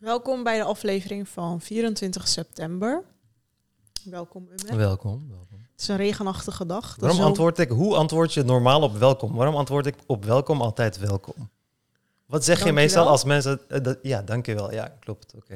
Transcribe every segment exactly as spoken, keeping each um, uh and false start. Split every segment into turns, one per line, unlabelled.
Welkom bij de aflevering van vierentwintig september. Welkom, Umme.
Welkom, welkom.
Het is een regenachtige dag.
Waarom
zo...
antwoord ik, hoe antwoord je normaal op welkom? Waarom antwoord ik op welkom altijd welkom? Wat zeg
Dank
je meestal
je wel.
als mensen... Uh, dat, ja, dankjewel. Ja, klopt. Oké.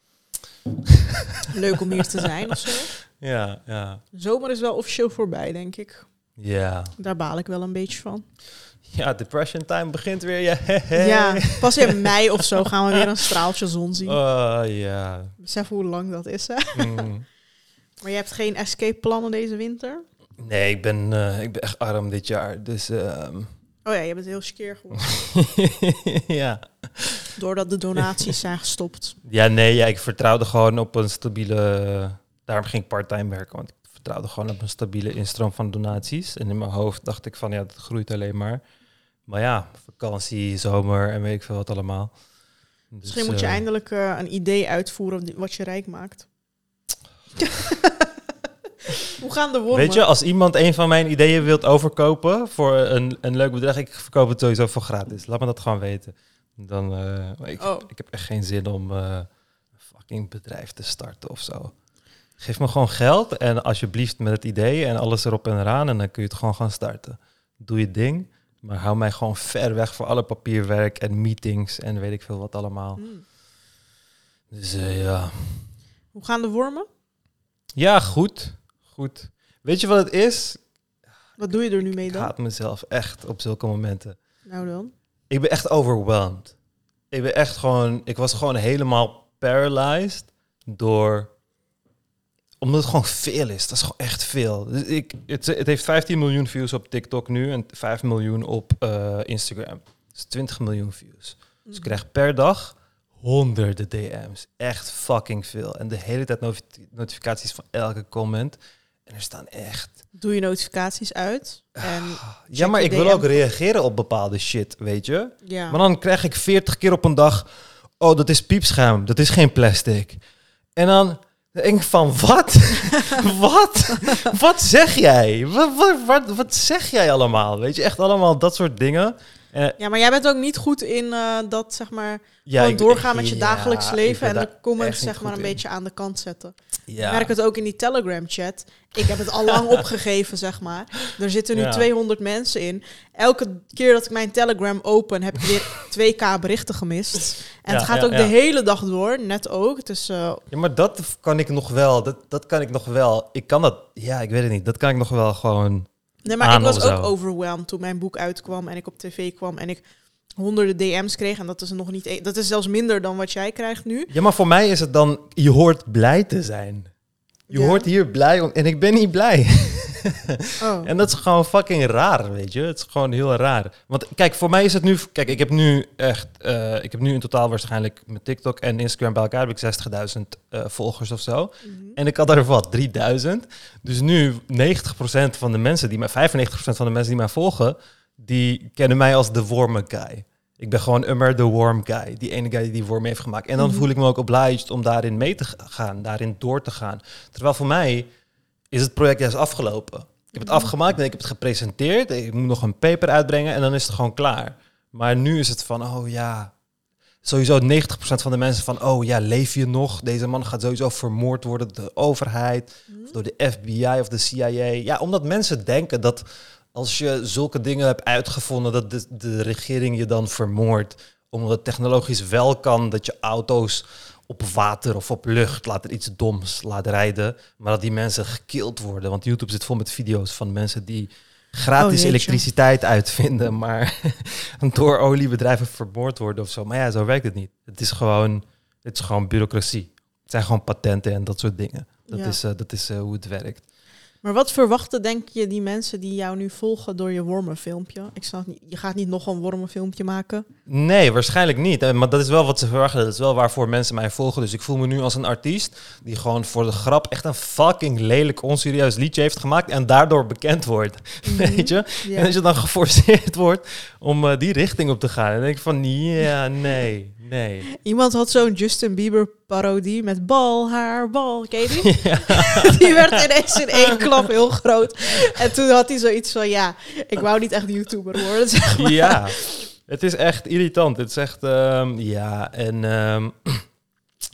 Leuk om hier te zijn of zo.
Ja, ja.
De zomer is wel officieel voorbij, denk ik.
Ja.
Daar baal ik wel een beetje van.
Ja, depression time begint weer. Ja,
Ja, pas in mei of zo gaan we weer een straaltje zon zien.
Oh, ja.
Besef hoe lang dat is, hè?
Mm.
Maar je hebt geen escape plannen deze winter?
Nee, ik ben, uh, ik ben echt arm dit jaar. Dus, uh...
Oh ja, je bent heel skeer geworden.
ja.
Doordat de donaties zijn gestopt.
Ja, nee, ja, ik vertrouwde gewoon op een stabiele... Daarom ging ik part-time werken, want ik vertrouwde gewoon op een stabiele instroom van donaties. En in mijn hoofd dacht ik van, ja, dat groeit alleen maar. Maar ja, vakantie, zomer en weet ik veel wat allemaal. Dus,
Misschien moet je
uh,
eindelijk uh, een idee uitvoeren wat je rijk maakt. Hoe gaan de wormen?
Weet je, als iemand een van mijn ideeën wilt overkopen voor een, een leuk bedrag, ik verkoop het sowieso voor gratis. Laat me dat gewoon weten. Dan, uh, ik,
Oh.
ik heb echt geen zin om uh, een fucking bedrijf te starten of zo. Geef me gewoon geld en alsjeblieft met het idee en alles erop en eraan en dan kun je het gewoon gaan starten. Doe je ding, maar hou mij gewoon ver weg voor alle papierwerk en meetings en weet ik veel wat allemaal.
Hmm.
Dus uh, ja.
Hoe gaan de wormen?
Ja, goed. Goed. Weet je wat het is?
Wat doe je er nu mee
Ik
dan?
haat mezelf echt op zulke momenten.
Nou dan.
Ik ben echt overwhelmed. Ik ben echt gewoon... Ik was gewoon helemaal paralyzed door... Omdat het gewoon veel is. Dat is gewoon echt veel. Dus ik, het, het heeft vijftien miljoen views op TikTok nu en vijf miljoen op uh, Instagram. Dus twintig miljoen views. Dus ik krijg per dag honderden D M's. Echt fucking veel. En de hele tijd notif- notificaties van elke comment. En er staan echt...
Doe je notificaties uit. En
Ja, maar
je
ik wil
D M.
ook reageren op bepaalde shit, weet je?
ja.
Maar dan krijg ik veertig keer op een dag... Oh, dat is piepschuim. Dat is geen plastic. En dan denk ik van, wat? wat? Wat zeg jij? Wat, wat, wat, wat zeg jij allemaal? Weet je, echt allemaal dat soort dingen. En,
ja, maar jij bent ook niet goed in uh, dat, zeg maar,
ja,
gewoon
ik-
doorgaan met je
ja,
dagelijks
ik
leven
ben
en de
daar
comments,
echt niet
zeg maar,
goed
een
in.
beetje aan de kant zetten.
Ja.
Ik merk het ook in die Telegram-chat. Ik heb het al lang opgegeven, zeg maar. Er zitten nu
Ja.
tweehonderd mensen in. Elke keer dat ik mijn Telegram open, heb ik weer twee k berichten gemist. En
Ja,
het gaat
ja,
ook
ja.
de hele dag door, net ook. Het is, uh,
Ja, maar dat kan ik nog wel. Dat, dat kan ik nog wel. Ik kan dat... Ja, ik weet het niet. Dat kan ik nog wel gewoon...
nee, maar
aan
ik was
of zo.
ook overwhelmed toen mijn boek uitkwam en ik op tv kwam en ik honderden D M's kreeg. En dat is nog niet... E- dat is zelfs minder dan wat jij krijgt nu.
Ja, maar voor mij is het dan... Je hoort blij te zijn. Je
Ja.
hoort hier blij om... En ik ben niet blij.
Oh.
En dat is gewoon fucking raar, weet je. Het is gewoon heel raar. Want kijk, voor mij is het nu... Kijk, ik heb nu echt... uh, ik heb nu in totaal waarschijnlijk met TikTok en Instagram bij elkaar... heb ik zestigduizend uh, volgers of zo.
Mhm.
En ik had er wat, drieduizend. Dus nu negentig procent van de mensen die mij... vijfennegentig procent van de mensen die mij volgen... die kennen mij als de wormen guy. Ik ben gewoon Ummer de worm guy. Die ene guy die die worm heeft gemaakt. En dan
Mhm.
voel ik me ook obliged om daarin mee te gaan. Daarin door te gaan. Terwijl voor mij is het project juist afgelopen. Ik heb het afgemaakt en ik heb het gepresenteerd. Ik moet nog een paper uitbrengen en dan is het gewoon klaar. Maar nu is het van, oh ja... Sowieso negentig procent van de mensen van... oh ja, leef je nog? Deze man gaat sowieso vermoord worden door de overheid...
Mhm.
of door de F B I of de C I A. Ja, omdat mensen denken dat als je zulke dingen hebt uitgevonden... dat de, de regering je dan vermoordt. Omdat het technologisch wel kan dat je auto's op water of op lucht... laat er iets doms laat rijden... maar dat die mensen gekild worden. Want YouTube zit vol met video's van mensen die... gratis
Oh, jeetje.
elektriciteit uitvinden, maar door oliebedrijven vermoord worden of zo. Maar ja, zo werkt het niet. Het is gewoon, het is gewoon bureaucratie. Het zijn gewoon patenten en dat soort dingen. Dat
Ja.
is, uh, dat is uh, hoe het werkt.
Maar wat verwachten, denk je, die mensen die jou nu volgen door je wormenfilmpje? Ik snap niet, je gaat niet nog een wormenfilmpje maken.
Nee, waarschijnlijk niet. Eh, Maar dat is wel wat ze verwachten. Dat is wel waarvoor mensen mij volgen. Dus ik voel me nu als een artiest die gewoon voor de grap echt een fucking lelijk, onserieus liedje heeft gemaakt en daardoor bekend wordt.
Mhm.
Weet je?
Ja.
En als je dan geforceerd wordt om uh, die richting op te gaan, dan denk ik van ja, nee, nee.
Iemand had zo'n Justin Bieber parodie met bal, haar, bal. Ken je die?
Ja.
Die werd ineens in één klap heel groot. En toen had hij zoiets van, ja, ik wou niet echt YouTuber worden, zeg maar.
Ja, het is echt irritant. Het is echt, um, ja, en um,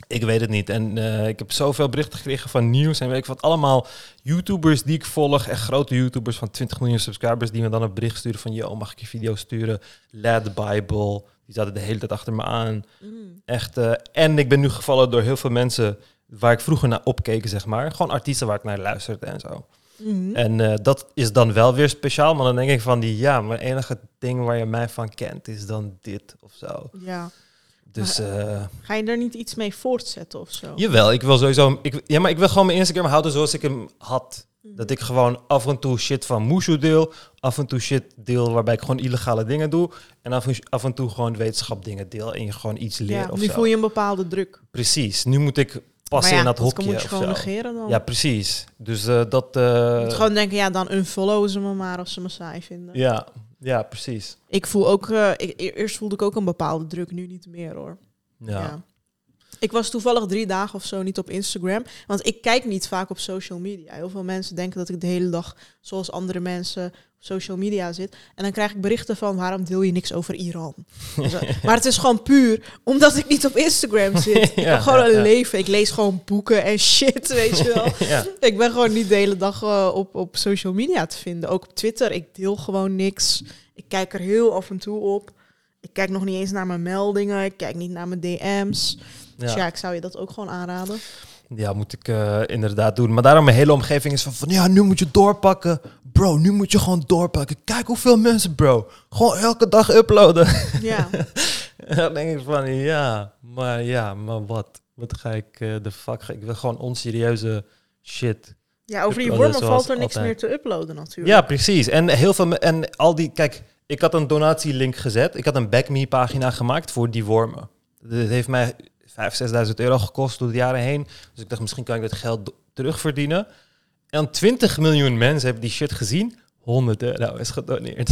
Ik weet het niet. En uh, ik heb zoveel berichten gekregen van nieuws en weet ik wat. Allemaal YouTubers die ik volg. Echt grote YouTubers van twintig miljoen subscribers. Die me dan een bericht sturen van... Yo, mag ik je video sturen? Lad the Bible. Die zaten de hele tijd achter me aan. Mm. Echt. Uh, en ik ben nu gevallen door heel veel mensen... waar ik vroeger naar opkeek, zeg maar. Gewoon artiesten waar ik naar luisterde en zo. Mm. En uh, dat is dan wel weer speciaal. Maar dan denk ik van... die ja, maar het enige ding waar je mij van kent... is dan dit of zo.
Ja.
Dus,
maar, uh, ga je er niet iets mee voortzetten of zo?
Jawel, ik wil sowieso... Ik, ja, maar ik wil gewoon mijn Instagram houden zoals ik hem had. Mm-hmm. Dat ik gewoon af en toe shit van Mushu deel. Af en toe shit deel waarbij ik gewoon illegale dingen doe. En af en, af en toe gewoon wetenschap dingen deel. En je gewoon iets leert
ja,
of
nu
zo.
voel je een bepaalde druk.
Precies. Nu moet ik passen
ja,
in dat hokje
moet je
of
gewoon
zo.
negeren dan.
Ja, precies. Dus uh, dat... Uh,
je moet gewoon denken, ja, dan unfollowen ze me maar als ze me saai vinden.
Ja, ja, precies.
Ik voel ook... Uh, ik, eerst voelde ik ook een bepaalde druk, nu niet meer hoor.
Ja.
ja. Ik was toevallig drie dagen of zo niet op Instagram. Want ik kijk niet vaak op social media. Heel veel mensen denken dat ik de hele dag, zoals andere mensen, op social media zit. En dan krijg ik berichten van, waarom deel je niks over Iran? Dus, maar het is gewoon puur omdat ik niet op Instagram zit. Ja, ik heb gewoon ja, een ja. leven. Ik lees gewoon boeken en shit, weet je wel. Ja. Ik ben gewoon niet de hele dag uh, op, op social media te vinden. Ook op Twitter. Ik deel gewoon niks. Ik kijk er heel af en toe op. Ik kijk nog niet eens naar mijn meldingen. Ik kijk niet naar mijn D M's. Ja. Dus ja, ik zou je dat ook gewoon aanraden.
Ja, moet ik uh, inderdaad doen. Maar daarom mijn hele omgeving is van, van... Ja, nu moet je doorpakken. Bro, nu moet je gewoon doorpakken. Kijk hoeveel mensen, bro. Gewoon elke dag uploaden.
Ja.
Dan denk ik van, ja, maar ja, maar wat? Wat ga ik uh, de fuck... Ik wil gewoon onserieuze shit.
Ja, over die wormen valt er niks altijd. meer te uploaden natuurlijk.
Ja, precies. En heel veel... En al die... Kijk, ik had een donatielink gezet. Ik had een BackMe pagina gemaakt voor die wormen. Dit heeft mij vijfduizend, zesduizend euro gekost door de jaren heen. Dus ik dacht, misschien kan ik dat geld do- terugverdienen. En twintig miljoen mensen hebben die shit gezien. honderd euro is gedoneerd.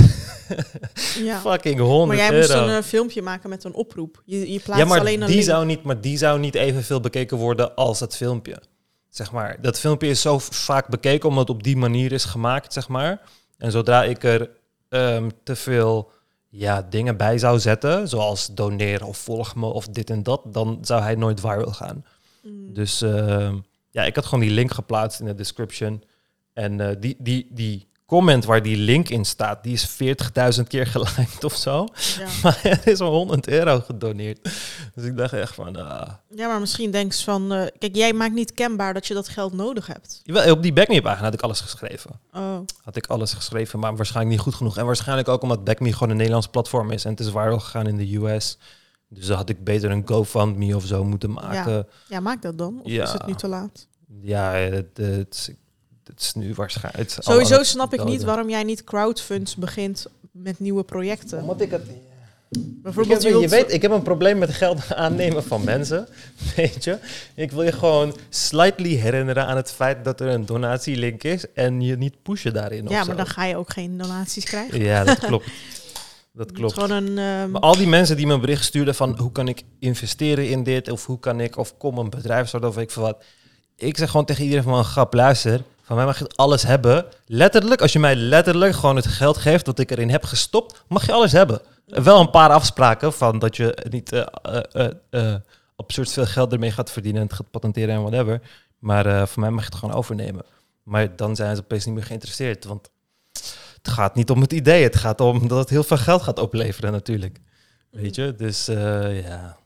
Ja. Fucking honderd euro.
Maar jij moest een uh, filmpje maken met een oproep. Je, je plaatst
ja, maar
alleen een
die
link.
zou niet, maar die zou niet evenveel bekeken worden als dat filmpje. Zeg maar. Dat filmpje is zo vaak bekeken omdat het op die manier is gemaakt, zeg maar. En zodra ik er um, te veel... ja, dingen bij zou zetten, zoals doneren of volg me of dit en dat, dan zou hij nooit viral gaan. Mm. Dus uh, ja, ik had gewoon die link geplaatst in de description. En uh, die, die, die comment waar die link in staat, die is veertigduizend keer geliked of zo. Ja. Maar er is al honderd euro gedoneerd. Dus ik dacht echt van... Uh,
ja, maar misschien denk je van... Uh, kijk, jij maakt niet kenbaar dat je dat geld nodig hebt.
Jawel, op die BackMe-pagina had ik alles geschreven.
Oh.
Had ik alles geschreven, maar waarschijnlijk niet goed genoeg. En waarschijnlijk ook omdat BackMe gewoon een Nederlands platform is. En het is viral gegaan in de U S. Dus dan had ik beter een GoFundMe of zo moeten maken.
Ja, ja maak dat dan. Of ja. is het nu te laat?
Ja, het, het, het is nu waarschijnlijk... Het
Sowieso snap ik niet waarom jij niet crowdfunds begint met nieuwe projecten.
Omdat ik het...
Bijvoorbeeld
ik heb, je weet, ik heb een probleem met geld aannemen van mensen, weet je. Ik wil je gewoon slightly herinneren aan het feit dat er een donatielink is en je niet pushen daarin.
Ja,
of
maar
zo.
dan ga je ook geen donaties krijgen.
Ja, dat klopt. Dat klopt.
Gewoon een, um...
Maar al die mensen die me een bericht stuurden van hoe kan ik investeren in dit of hoe kan ik of kom een bedrijf starten of weet ik veel wat. Ik zeg gewoon tegen iedereen van een grap, luister, van mij mag je alles hebben. Letterlijk, als je mij letterlijk gewoon het geld geeft dat ik erin heb gestopt, mag je alles hebben. Wel een paar afspraken van dat je niet uh, uh, uh, uh, absurd veel geld ermee gaat verdienen en het gaat patenteren en whatever. Maar uh, voor mij mag je het gewoon overnemen. Maar dan zijn ze opeens niet meer geïnteresseerd. Want het gaat niet om het idee. Het gaat om dat het heel veel geld gaat opleveren natuurlijk. Weet je? Dus uh, ja.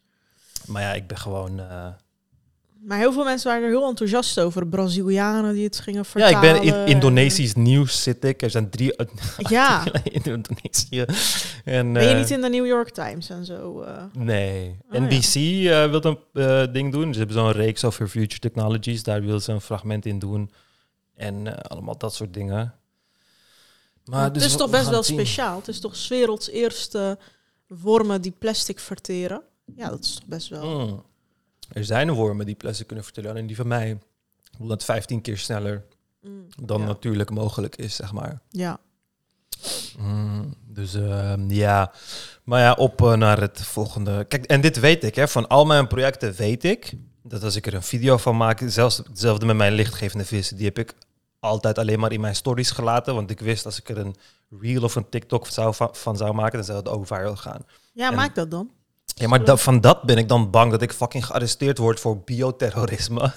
Maar ja, ik ben gewoon... Uh,
Maar heel veel mensen waren er heel enthousiast over. Brazilianen die het gingen vertalen.
Ja, ik ben in Indonesisch nieuws zit ik. Er zijn drie
ja.
in Indonesië. En,
ben je
uh,
niet in de New York Times en zo? Uh...
Nee.
Oh,
N B C
ja.
uh, wil een uh, ding doen. Ze hebben zo'n reeks over future technologies. Daar wil ze een fragment in doen. En uh, allemaal dat soort dingen. Maar
maar
dus
het is
we,
toch best wel
zien.
speciaal. Het is toch 's werelds eerste wormen die plastic verteren. Ja, dat is toch best wel...
Mm. Er zijn wormen die plastic kunnen verteren. En die van mij, hoe dat vijftien keer sneller mm, dan ja. natuurlijk mogelijk is, zeg maar.
Ja.
Mm, dus uh, ja, maar ja, op uh, naar het volgende. Kijk, en dit weet ik, hè, van al mijn projecten weet ik, dat als ik er een video van maak, zelfs hetzelfde met mijn lichtgevende vissen, die heb ik altijd alleen maar in mijn stories gelaten, want ik wist als ik er een reel of een TikTok zou, van zou maken, dan zou het ook viral gaan.
Ja,
en,
maak dat dan.
Ja, maar da- van dat ben ik dan bang dat ik fucking gearresteerd word voor bioterrorisme.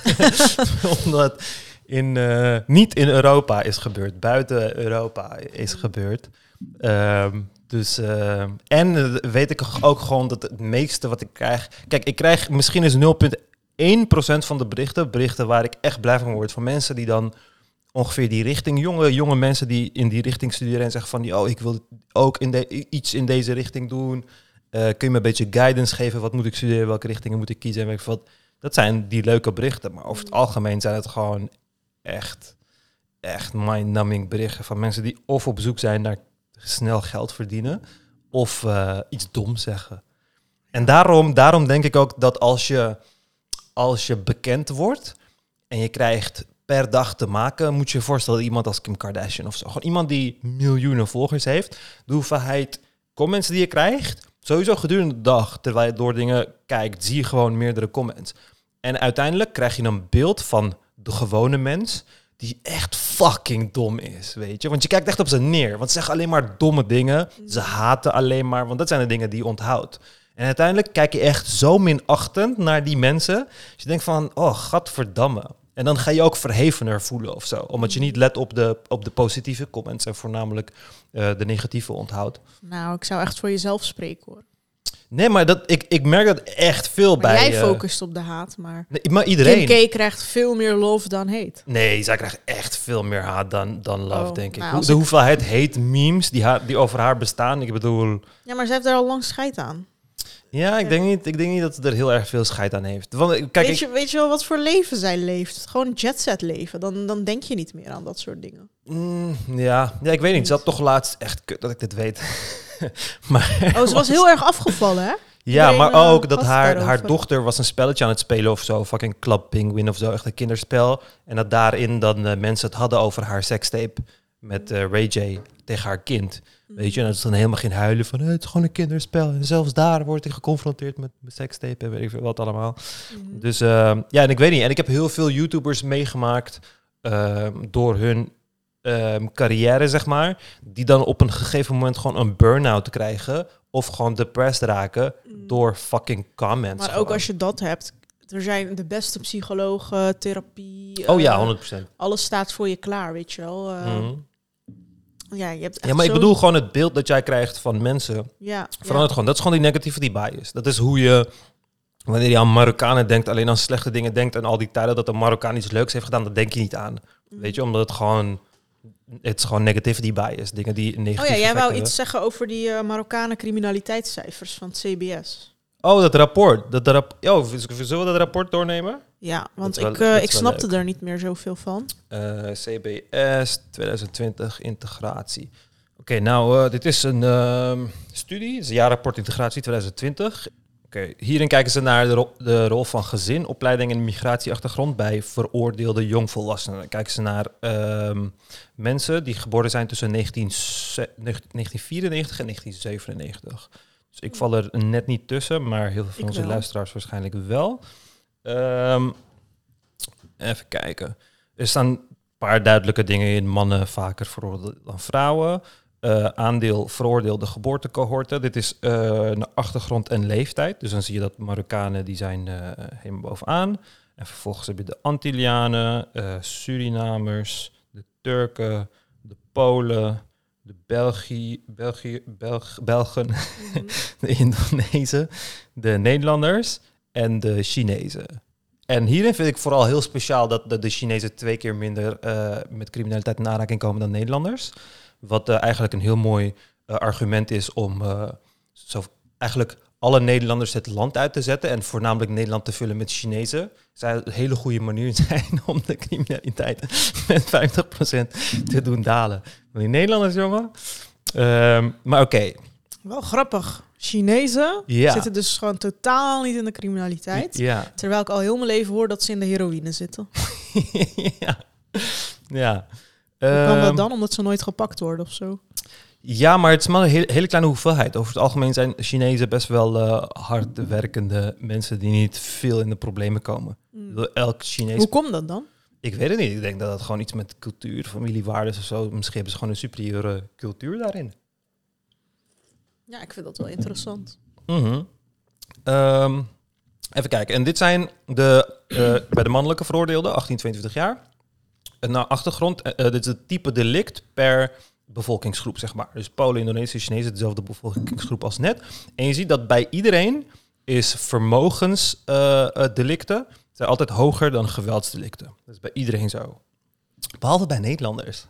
Omdat in, uh, niet in Europa is gebeurd, buiten Europa is gebeurd. Um, dus, uh, en uh, weet ik ook gewoon dat het meeste wat ik krijg... Kijk, ik krijg misschien eens nul komma één procent van de berichten, berichten waar ik echt blij van word, van mensen die dan ongeveer die richting, jonge, jonge mensen die in die richting studeren en zeggen van, die, oh, ik wil ook in de, iets in deze richting doen. Uh, kun je me een beetje guidance geven? Wat moet ik studeren? Welke richtingen moet ik kiezen? En weet ik wat. Dat zijn die leuke berichten. Maar over het algemeen zijn het gewoon echt, echt mind-numbing berichten van mensen die of op zoek zijn naar snel geld verdienen of uh, iets doms zeggen. En daarom, daarom denk ik ook dat als je, als je bekend wordt en je krijgt per dag te maken, moet je je voorstellen iemand als Kim Kardashian of zo. Gewoon iemand die miljoenen volgers heeft. De hoeveelheid comments die je krijgt, sowieso gedurende de dag, terwijl je door dingen kijkt, zie je gewoon meerdere comments. En uiteindelijk krijg je een beeld van de gewone mens die echt fucking dom is, weet je. Want je kijkt echt op ze neer, want ze zeggen alleen maar domme dingen. Ze haten alleen maar, want dat zijn de dingen die je onthoudt. En uiteindelijk kijk je echt zo minachtend naar die mensen. Dus je denkt van, oh, gadverdamme. En dan ga je ook verhevener voelen of zo. Omdat je niet let op de, op de positieve comments en voornamelijk uh, de negatieve onthoudt.
Nou, ik zou echt voor jezelf spreken, hoor.
Nee, maar dat, ik, ik merk dat echt veel
maar
bij...
jij focust uh, op de haat, maar...
Nee, maar iedereen...
Kim K krijgt veel meer love dan hate.
Nee, zij krijgt echt veel meer haat dan, dan love,
oh,
denk ik.
nou,
de ik... hoeveelheid hate memes die, haar, die over haar bestaan, ik bedoel...
Ja, maar ze heeft er al lang scheid aan.
Ja, ik, ja. Denk niet, ik denk niet dat ze er heel erg veel scheid aan heeft. Want, kijk,
weet, je,
ik...
weet je wel wat voor leven zij leeft? Gewoon jetset leven. Dan, dan denk je niet meer aan dat soort dingen.
Mm, ja. ja, ik weet niet. Ze had toch laatst echt kut dat ik dit weet. maar
oh, ze was heel erg afgevallen, hè?
Ja, maar ook dat haar, haar dochter was een spelletje aan het spelen of zo. Fucking Club Penguin of zo, echt een kinderspel. En dat daarin dan uh, mensen het hadden over haar sekstape met uh, Ray J tegen haar kind. Mm. Weet je, en dat is dan helemaal geen huilen van, het is gewoon een kinderspel. En zelfs daar word ik geconfronteerd met mijn sekstape en weet ik veel wat allemaal. Mm. Dus uh, ja, en ik weet niet. En ik heb heel veel YouTubers meegemaakt uh, door hun um, carrière, zeg maar. Die dan op een gegeven moment gewoon een burn-out krijgen. Of gewoon depressed raken door fucking comments.
Maar
gewoon.
ook als je dat hebt, er zijn de beste psychologen, therapie.
Oh ja, honderd procent. Uh,
alles staat voor je klaar, weet je wel. Uh, mm-hmm. Ja, je hebt echt
ja, maar
zo...
ik bedoel gewoon het beeld dat jij krijgt van mensen.
Ja,
verandert
ja.
gewoon. Dat is gewoon die negativity bias. Dat is hoe je, wanneer je aan Marokkanen denkt, alleen aan slechte dingen denkt en al die tijden dat een Marokkaan iets leuks heeft gedaan, dat denk je niet aan. Mm. Weet je, omdat het gewoon... Het is gewoon negativity bias, dingen die negatief.
Oh ja, jij wou
hebben.
iets zeggen over die uh, Marokkanen criminaliteitscijfers van het C B S.
Oh, dat rapport. Dat rap- oh, zullen we dat rapport doornemen?
Ja, want
wel,
ik, uh, ik snapte
leuk.
er niet meer zoveel van.
Uh, C B S twintig twintig integratie. Oké, okay, nou, uh, dit is een uh, studie. Het is een jaarrapport integratie twintig twintig. Oké, okay, hierin kijken ze naar de, ro- de rol van gezin, opleiding en migratieachtergrond bij veroordeelde jongvolwassenen. Dan kijken ze naar uh, mensen die geboren zijn tussen negentien vierennegentig en negentien zevenennegentig. Dus ik val er net niet tussen, maar heel veel van
ik
onze
wel.
luisteraars waarschijnlijk wel. Um, even kijken. Er staan een paar duidelijke dingen in. Mannen vaker veroordeeld dan vrouwen. Uh, aandeel veroordeelde geboortecohorten. Dit is uh, naar achtergrond en leeftijd. Dus dan zie je dat Marokkanen die zijn uh, helemaal bovenaan. En vervolgens heb je de Antillianen, uh, Surinamers, de Turken, de Polen, de België, België, Belg, Belgen, mm-hmm. de Indonezen, de Nederlanders en de Chinezen. En hierin vind ik vooral heel speciaal dat de, de Chinezen twee keer minder uh, met criminaliteit in aanraking komen dan Nederlanders. Wat uh, eigenlijk een heel mooi uh, argument is om uh, zo eigenlijk alle Nederlanders het land uit te zetten en voornamelijk Nederland te vullen met Chinezen. Zou een hele goede manier zijn om de criminaliteit met vijftig procent te doen dalen. Maar die Nederlanders, jongen. Um, maar oké. Okay.
Wel grappig. Chinezen
ja.
zitten dus gewoon totaal niet in de criminaliteit.
Ja.
Terwijl ik al heel mijn leven hoor dat ze in de heroïne zitten.
ja. ja.
Hoe kan dat
um,
dan? Omdat ze nooit gepakt worden of zo?
Ja, maar het is maar een hele, hele kleine hoeveelheid. Over het algemeen zijn Chinezen best wel uh, hardwerkende mensen die niet veel in de problemen komen. Mm. Elk Chinees...
Hoe komt dat dan?
Ik weet het niet. Ik denk dat het gewoon iets met cultuur, familiewaarden of zo. Misschien hebben ze gewoon een superieure cultuur daarin.
Ja, ik vind dat wel interessant.
Mm-hmm. Um, even kijken. En dit zijn de, uh, bij de mannelijke veroordeelden, achttien, tweeëntwintig jaar. Uh, naar achtergrond, uh, dit is het type delict per bevolkingsgroep, zeg maar. Dus Polen, Indonesië, Chinezen, dezelfde bevolkingsgroep als net. En je ziet dat bij iedereen is vermogensdelicten uh, zijn altijd hoger dan geweldsdelicten. Dat is bij iedereen zo. Behalve bij Nederlanders.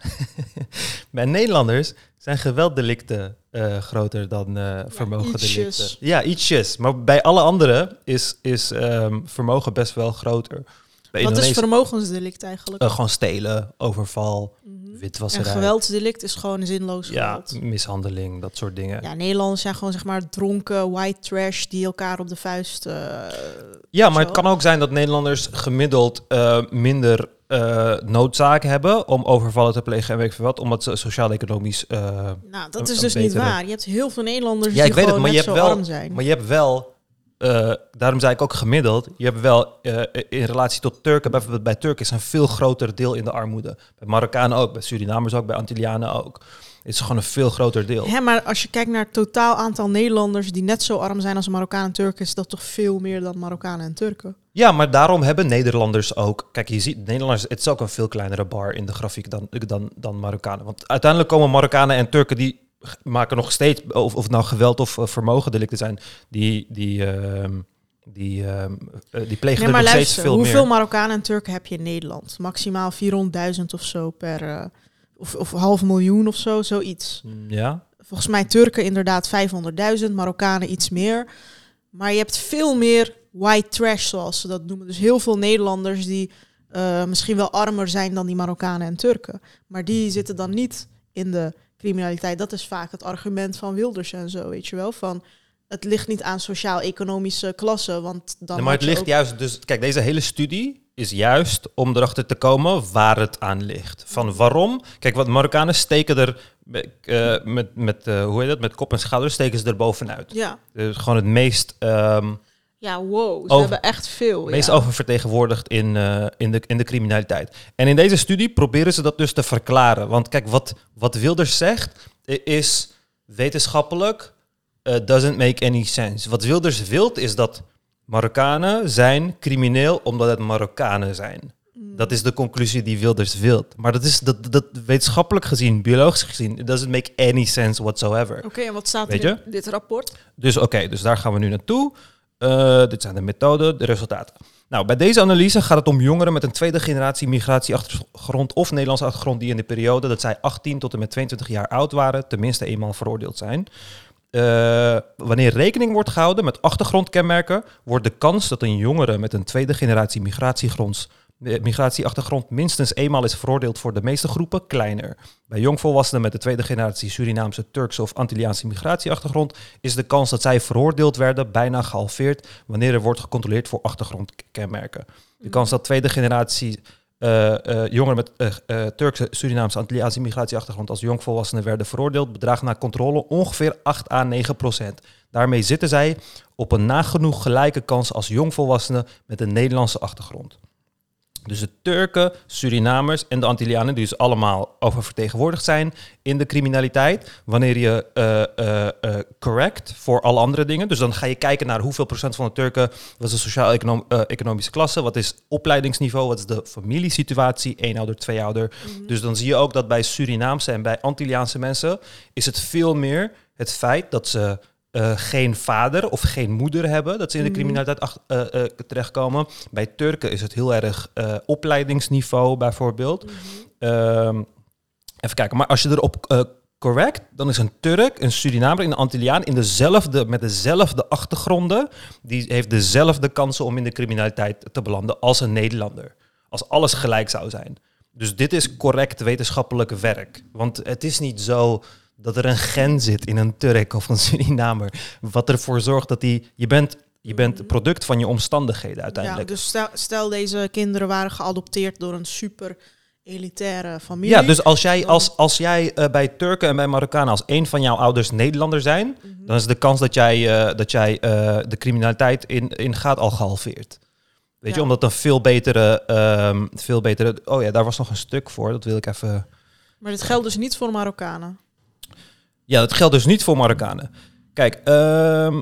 Bij Nederlanders zijn gewelddelicten uh, groter dan uh, vermogendelicten.
Ietsjes.
Ja, ietsjes. Maar bij alle anderen is, is um, vermogen best wel groter. Bij
Wat
Indonesië,
is vermogensdelict eigenlijk?
Uh, gewoon stelen, overval,
Mm-hmm.
witwasserij.
En geweldsdelict is gewoon zinloos
Ja,
geweld.
mishandeling, dat soort dingen.
Ja, Nederlanders zijn gewoon zeg maar dronken, white trash die elkaar op de vuist... Uh,
Ja, maar
zo.
het kan ook zijn dat Nederlanders gemiddeld uh, minder uh, noodzaak hebben om overvallen te plegen en weet ik veel wat, omdat ze sociaal-economisch... Uh,
Nou, dat
een-
is
een
dus niet
betere-
waar. Je hebt heel veel Nederlanders
Ja,
die
ik weet het,
gewoon
maar je
net
hebt
zo
wel,
arm zijn.
maar je hebt wel, uh, daarom zei ik ook gemiddeld, je hebt wel uh, in relatie tot Turken, bijvoorbeeld bij Turken is een veel groter deel in de armoede. Bij Marokkanen ook, bij Surinamers ook, bij Antillianen ook. Het is gewoon een veel groter deel.
Hè, maar als je kijkt naar het totaal aantal Nederlanders die net zo arm zijn als Marokkanen en Turken, is dat toch veel meer dan Marokkanen en Turken?
Ja, maar daarom hebben Nederlanders ook... Kijk, je ziet, Nederlanders, het is ook een veel kleinere bar in de grafiek dan, dan, dan Marokkanen. Want uiteindelijk komen Marokkanen en Turken, die g- maken nog steeds, of, of het nou geweld of uh, vermogendelicten zijn, die, die, uh, die, uh, uh, die plegen
Nee,
er
maar
nog steeds
luister,
veel
hoeveel
meer.
Marokkanen en Turken heb je in Nederland? Maximaal vierhonderdduizend of zo per... Uh, of, of half miljoen of zo, zoiets.
Ja?
Volgens mij Turken inderdaad vijfhonderdduizend, Marokkanen iets meer. Maar je hebt veel meer white trash, zoals ze dat noemen. Dus heel veel Nederlanders die uh, misschien wel armer zijn dan die Marokkanen en Turken. Maar die zitten dan niet in de criminaliteit. Dat is vaak het argument van Wilders en zo, weet je wel. Van, het ligt niet aan sociaal-economische klasse, want dan
Nee, maar
had
het
je
ligt
ook-
juist... Dus kijk, deze hele studie is juist om erachter te komen waar het aan ligt. Van waarom... Kijk, wat Marokkanen steken er... Uh, met, met, uh, hoe heet dat? Met kop en schouders steken ze er bovenuit.
Ja,
Dus gewoon het meest... Um,
ja wow, ze
Over-
hebben echt veel.
meest
ja.
oververtegenwoordigd in, uh, in, de, in de criminaliteit. En in deze studie proberen ze dat dus te verklaren. Want kijk, wat, wat Wilders zegt i- is wetenschappelijk uh, doesn't make any sense. Wat Wilders wilt is dat Marokkanen zijn crimineel omdat het Marokkanen zijn. Dat is de conclusie die Wilders wilt. Maar dat is dat, dat wetenschappelijk gezien, biologisch gezien, it doesn't make any sense whatsoever.
Oké, en wat staat
Weet
er
je?
in dit rapport?
Dus oké, okay, dus daar gaan we nu naartoe. Uh, dit zijn de methoden, de resultaten. Nou, bij deze analyse gaat het om jongeren met een tweede generatie migratieachtergrond of Nederlandse achtergrond die in de periode dat zij achttien tot en met tweeëntwintig jaar oud waren, tenminste eenmaal veroordeeld zijn. Uh, wanneer rekening wordt gehouden met achtergrondkenmerken, wordt de kans dat een jongere met een tweede generatie migratiegronds de migratieachtergrond minstens eenmaal is veroordeeld voor de meeste groepen kleiner. Bij jongvolwassenen met de tweede generatie Surinaamse, Turkse of Antilliaanse migratieachtergrond is de kans dat zij veroordeeld werden bijna gehalveerd wanneer er wordt gecontroleerd voor achtergrondkenmerken. De kans dat tweede generatie uh, uh, jongeren met uh, uh, Turkse, Surinaamse, Antilliaanse migratieachtergrond als jongvolwassenen werden veroordeeld bedraagt na controle ongeveer acht à negen procent. Daarmee zitten zij op een nagenoeg gelijke kans als jongvolwassenen met een Nederlandse achtergrond. Dus de Turken, Surinamers en de Antillianen, die dus allemaal oververtegenwoordigd zijn in de criminaliteit. Wanneer je uh, uh, uh, correct voor alle andere dingen. Dus dan ga je kijken naar hoeveel procent van de Turken, wat is de sociaal-economische klasse, wat is opleidingsniveau, wat is de familiesituatie, eenouder, tweeouder. Mm-hmm. Dus dan zie je ook dat bij Surinaamse en bij Antilliaanse mensen is het veel meer het feit dat ze Uh, geen vader of geen moeder hebben, dat ze in de criminaliteit ach- uh, uh, terechtkomen. Bij Turken is het heel erg uh, opleidingsniveau bijvoorbeeld. Mm-hmm. Uh, even kijken, maar als je erop uh, correct, dan is een Turk, een Surinamer, een Antilliaan in dezelfde, met dezelfde achtergronden, die heeft dezelfde kansen om in de criminaliteit te belanden als een Nederlander. Als alles gelijk zou zijn. Dus dit is correct wetenschappelijk werk. Want het is niet zo dat er een gen zit in een Turk of een Surinamer, wat ervoor zorgt dat die, je bent, je bent product van je omstandigheden uiteindelijk.
Ja, dus stel, stel deze kinderen waren geadopteerd door een super elitaire familie.
Ja, dus als jij, als, als jij uh, bij Turken en bij Marokkanen als een van jouw ouders Nederlander zijn, mm-hmm. dan is de kans dat jij, uh, dat jij uh, de criminaliteit in, in gaat al gehalveerd. Weet ja. je, omdat een veel betere, um, veel betere... Oh ja, daar was nog een stuk voor, dat wil ik even...
Maar dit geldt dus niet voor Marokkanen?
Ja, dat geldt dus niet voor Marokkanen. Kijk, um,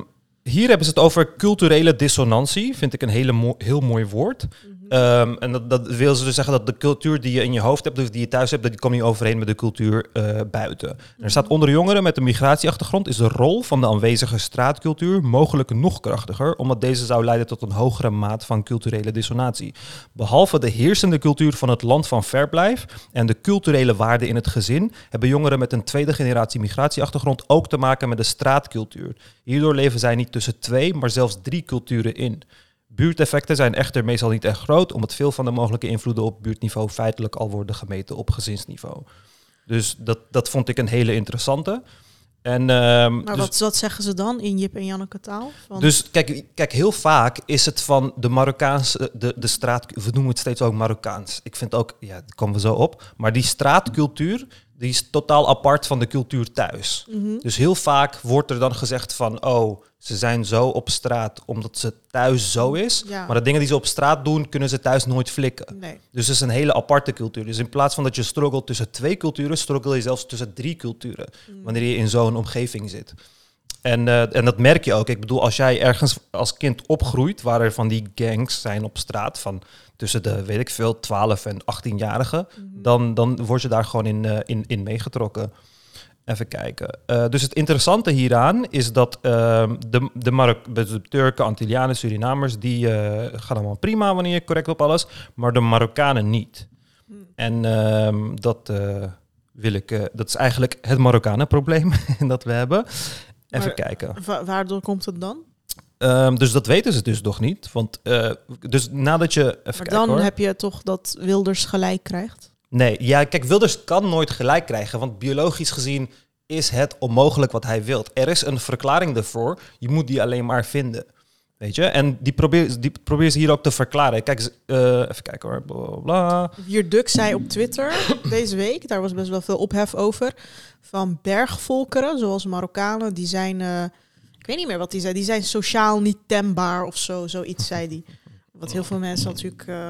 hier hebben ze het over culturele dissonantie. Vind ik een hele mo- heel mooi woord.
Mhm.
Um, en dat, dat wil ze dus zeggen dat de cultuur die je in je hoofd hebt, dus die je thuis hebt, dat die komt niet overeen met de cultuur uh, buiten. En er staat onder jongeren met een migratieachtergrond is de rol van de aanwezige straatcultuur mogelijk nog krachtiger, omdat deze zou leiden tot een hogere maat van culturele dissonantie. Behalve de heersende cultuur van het land van verblijf en de culturele waarden in het gezin, hebben jongeren met een tweede generatie migratieachtergrond ook te maken met de straatcultuur. Hierdoor leven zij niet tussen twee, maar zelfs drie culturen in. Buurteffecten zijn echter meestal niet echt groot, omdat veel van de mogelijke invloeden op buurtniveau feitelijk al worden gemeten op gezinsniveau. Dus dat, dat vond ik een hele interessante. En, uh,
maar
dus,
wat, wat zeggen ze dan in Jip en Janneke taal? Van...
Dus kijk, kijk, heel vaak is het van de Marokkaanse, de, de straat, we noemen het steeds ook Marokkaans. Ik vind ook, ja, daar komen we zo op, maar die straatcultuur, die is totaal apart van de cultuur thuis.
Mm-hmm.
Dus heel vaak wordt er dan gezegd van, oh, ze zijn zo op straat omdat ze thuis zo is.
Ja.
Maar de dingen die ze op straat doen, kunnen ze thuis nooit flikken.
Nee.
Dus het is een hele aparte cultuur. Dus in plaats van dat je struggelt tussen twee culturen, struggle je zelfs tussen drie culturen. Mm. Wanneer je in zo'n omgeving zit. En, uh, en dat merk je ook. Ik bedoel, als jij ergens als kind opgroeit, waar er van die gangs zijn op straat, van tussen de, weet ik veel, twaalf en achttienjarigen, mm-hmm. dan, dan word je daar gewoon in, uh, in, in meegetrokken. Even kijken. Uh, dus het interessante hieraan is dat uh, de, de, Marok- de Turken, Antillianen, Surinamers, die uh, gaan allemaal prima wanneer je correct op alles, maar de Marokkanen niet. Hmm. En uh, dat uh, wil ik, uh, dat is eigenlijk het Marokkanenprobleem dat we hebben. Even maar, kijken.
Wa- waardoor komt het dan?
Um, dus dat weten ze dus nog niet. Want uh, dus nadat je. Even
maar
kijken,
dan
hoor.
heb je toch dat Wilders gelijk krijgt?
Nee, ja, kijk, Wilders kan nooit gelijk krijgen, want biologisch gezien is het onmogelijk wat hij wil. Er is een verklaring ervoor, je moet die alleen maar vinden. Weet je? En die probeert die probeer ze hier ook te verklaren. Kijk, uh, even kijken hoor. Bla, bla.
Hier Duk zei op Twitter deze week, daar was best wel veel ophef over, van bergvolkeren, zoals Marokkanen, die zijn, uh, ik weet niet meer wat die zei, die zijn sociaal niet tembaar of zo, zoiets zei die. Wat heel veel mensen natuurlijk uh,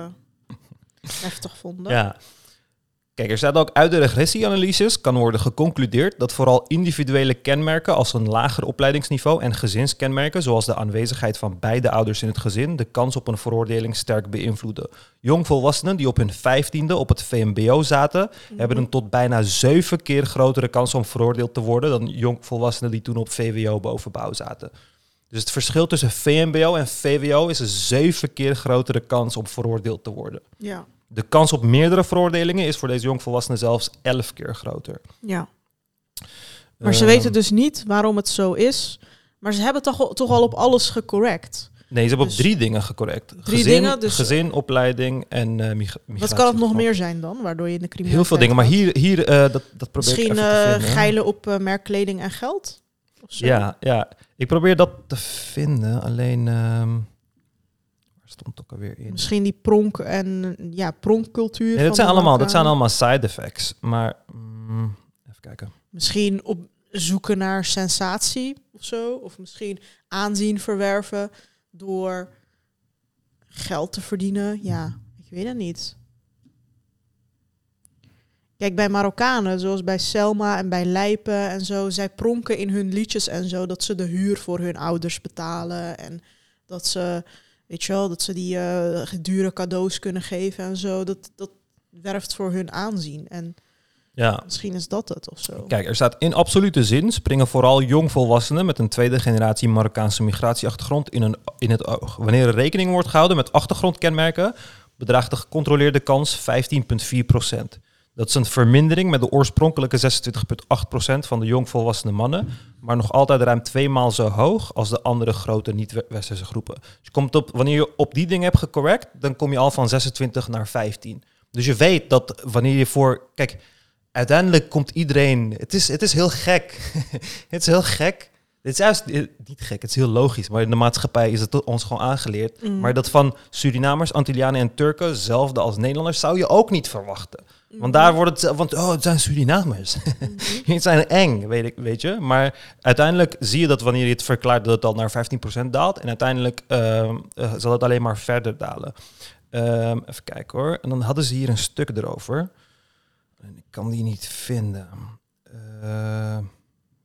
heftig vonden.
Ja. Kijk, er staat ook uit de regressieanalyses kan worden geconcludeerd dat vooral individuele kenmerken als een lager opleidingsniveau en gezinskenmerken, zoals de aanwezigheid van beide ouders in het gezin, de kans op een veroordeling sterk beïnvloeden. Jongvolwassenen die op hun vijftiende op het V M B O zaten, mm-hmm. hebben een tot bijna zeven keer grotere kans om veroordeeld te worden dan jongvolwassenen die toen op V W O bovenbouw zaten. Dus het verschil tussen V M B O en V W O is een zeven keer grotere kans om veroordeeld te worden.
Ja.
De kans op meerdere veroordelingen is voor deze jongvolwassenen zelfs elf keer groter.
Ja. Maar uh, ze weten dus niet waarom het zo is. Maar ze hebben toch, toch al op alles gecorrect.
Nee, ze hebben
dus
op drie dingen gecorrect.
Drie
gezin,
dingen, dus
gezin, opleiding en uh, migratie.
Wat kan het nog meer zijn dan, waardoor je in de criminaliteit...
Heel veel dingen, maar hier, hier uh, dat, dat probeer
Misschien,
ik even te vinden.
Misschien uh, geilen op uh, merkkleding en geld? Of zo?
Ja, ja, ik probeer dat te vinden, alleen... Um, stond ook alweer in.
Misschien die pronk en ja, pronkcultuur.
Nee, dat zijn allemaal, dat zijn allemaal side effects. Maar mm, even kijken.
Misschien op zoeken naar sensatie of zo, of misschien aanzien verwerven door geld te verdienen. Ja, ik weet het niet. Kijk, bij Marokkanen, zoals bij Selma en bij Lijpen en zo, zij pronken in hun liedjes en zo dat ze de huur voor hun ouders betalen en dat ze Weet je wel, dat ze die uh, dure cadeaus kunnen geven en zo. Dat, dat werft voor hun aanzien. En ja. Misschien is dat het of zo.
Kijk, er staat in absolute zin springen vooral jongvolwassenen met een tweede generatie Marokkaanse migratieachtergrond in, een, in het oog. Wanneer er rekening wordt gehouden met achtergrondkenmerken, bedraagt de gecontroleerde kans vijftien komma vier procent. Dat is een vermindering met de oorspronkelijke zesentwintig komma acht procent van de jongvolwassene mannen, maar nog altijd ruim tweemaal zo hoog als de andere grote niet-westerse groepen. Dus je komt op, wanneer je op die dingen hebt gecorrect, dan kom je al van zesentwintig naar vijftien. Dus je weet dat wanneer je voor... Kijk, uiteindelijk komt iedereen... Het is, het is heel gek. Het is heel gek. Het is juist niet gek, het is heel logisch. Maar in de maatschappij is het ons gewoon aangeleerd. Mm. Maar dat van Surinamers, Antillianen en Turken, hetzelfde als Nederlanders, zou je ook niet verwachten. Want daar wordt het... Want oh, het zijn Surinamers. Mm-hmm. Het zijn eng, weet, ik, weet je. Maar uiteindelijk zie je dat wanneer je het verklaart dat het al naar vijftien procent daalt. En uiteindelijk uh, uh, zal het alleen maar verder dalen. Uh, even kijken hoor. En dan hadden ze hier een stuk erover. En ik kan die niet vinden. Uh,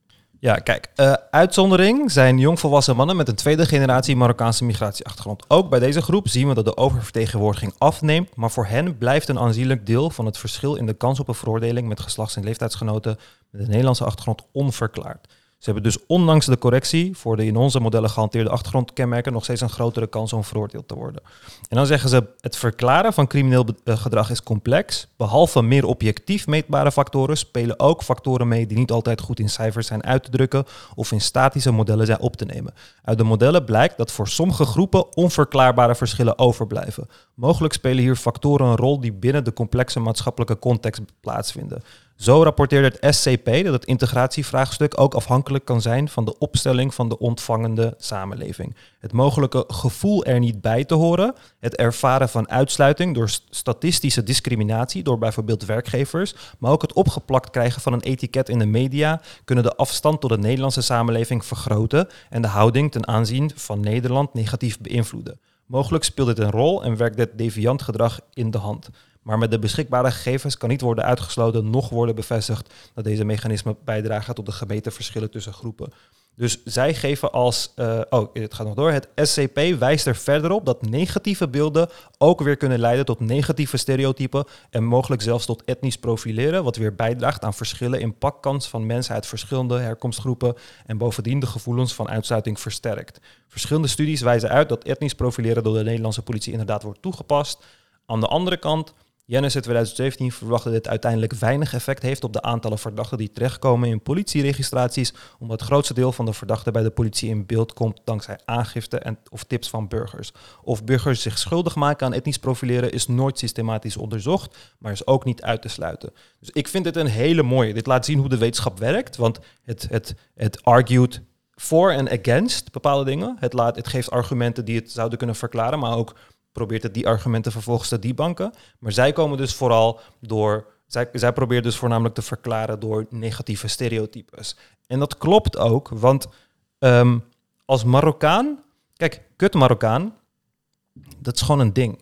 Ja, kijk, uh, uitzondering zijn jongvolwassen mannen met een tweede generatie Marokkaanse migratieachtergrond. Ook bij deze groep zien we dat de oververtegenwoordiging afneemt, maar voor hen blijft een aanzienlijk deel van het verschil in de kans op een veroordeling met geslachts- en leeftijdsgenoten met een Nederlandse achtergrond onverklaard. Ze hebben dus ondanks de correctie voor de in onze modellen gehanteerde achtergrondkenmerken nog steeds een grotere kans om veroordeeld te worden. En dan zeggen ze, het verklaren van crimineel be- uh, gedrag is complex. Behalve meer objectief meetbare factoren spelen ook factoren mee die niet altijd goed in cijfers zijn uit te drukken of in statische modellen zijn op te nemen. Uit de modellen blijkt dat voor sommige groepen onverklaarbare verschillen overblijven. Mogelijk spelen hier factoren een rol die binnen de complexe maatschappelijke context plaatsvinden. Zo rapporteerde het S C P dat het integratievraagstuk ook afhankelijk kan zijn van de opstelling van de ontvangende samenleving. Het mogelijke gevoel er niet bij te horen, het ervaren van uitsluiting door statistische discriminatie door bijvoorbeeld werkgevers, maar ook het opgeplakt krijgen van een etiket in de media kunnen de afstand tot de Nederlandse samenleving vergroten en de houding ten aanzien van Nederland negatief beïnvloeden. Mogelijk speelt dit een rol en werkt dit deviant gedrag in de hand. Maar met de beschikbare gegevens kan niet worden uitgesloten, noch worden bevestigd dat deze mechanismen bijdragen tot de gemeten verschillen tussen groepen. Dus zij geven als, uh, oh, het gaat nog door, het S C P wijst er verder op dat negatieve beelden ook weer kunnen leiden tot negatieve stereotypen en mogelijk zelfs tot etnisch profileren, wat weer bijdraagt aan verschillen in pakkans van mensen uit verschillende herkomstgroepen en bovendien de gevoelens van uitsluiting versterkt. Verschillende studies wijzen uit dat etnisch profileren door de Nederlandse politie inderdaad wordt toegepast. Aan de andere kant, Jennis in twintig zeventien verwachtte dat dit uiteindelijk weinig effect heeft op de aantallen verdachten die terechtkomen in politieregistraties, omdat het grootste deel van de verdachten bij de politie in beeld komt dankzij aangifte en of tips van burgers. Of burgers zich schuldig maken aan etnisch profileren is nooit systematisch onderzocht, maar is ook niet uit te sluiten. Dus ik vind dit een hele mooie. Dit laat zien hoe de wetenschap werkt, want het, het, het argued voor en against bepaalde dingen. Het, laat, het geeft argumenten die het zouden kunnen verklaren, maar ook probeert het die argumenten vervolgens te debanken. Maar zij komen dus vooral door... Zij, zij probeert dus voornamelijk te verklaren door negatieve stereotypes. En dat klopt ook, want um, als Marokkaan... Kijk, kut Marokkaan, dat is gewoon een ding.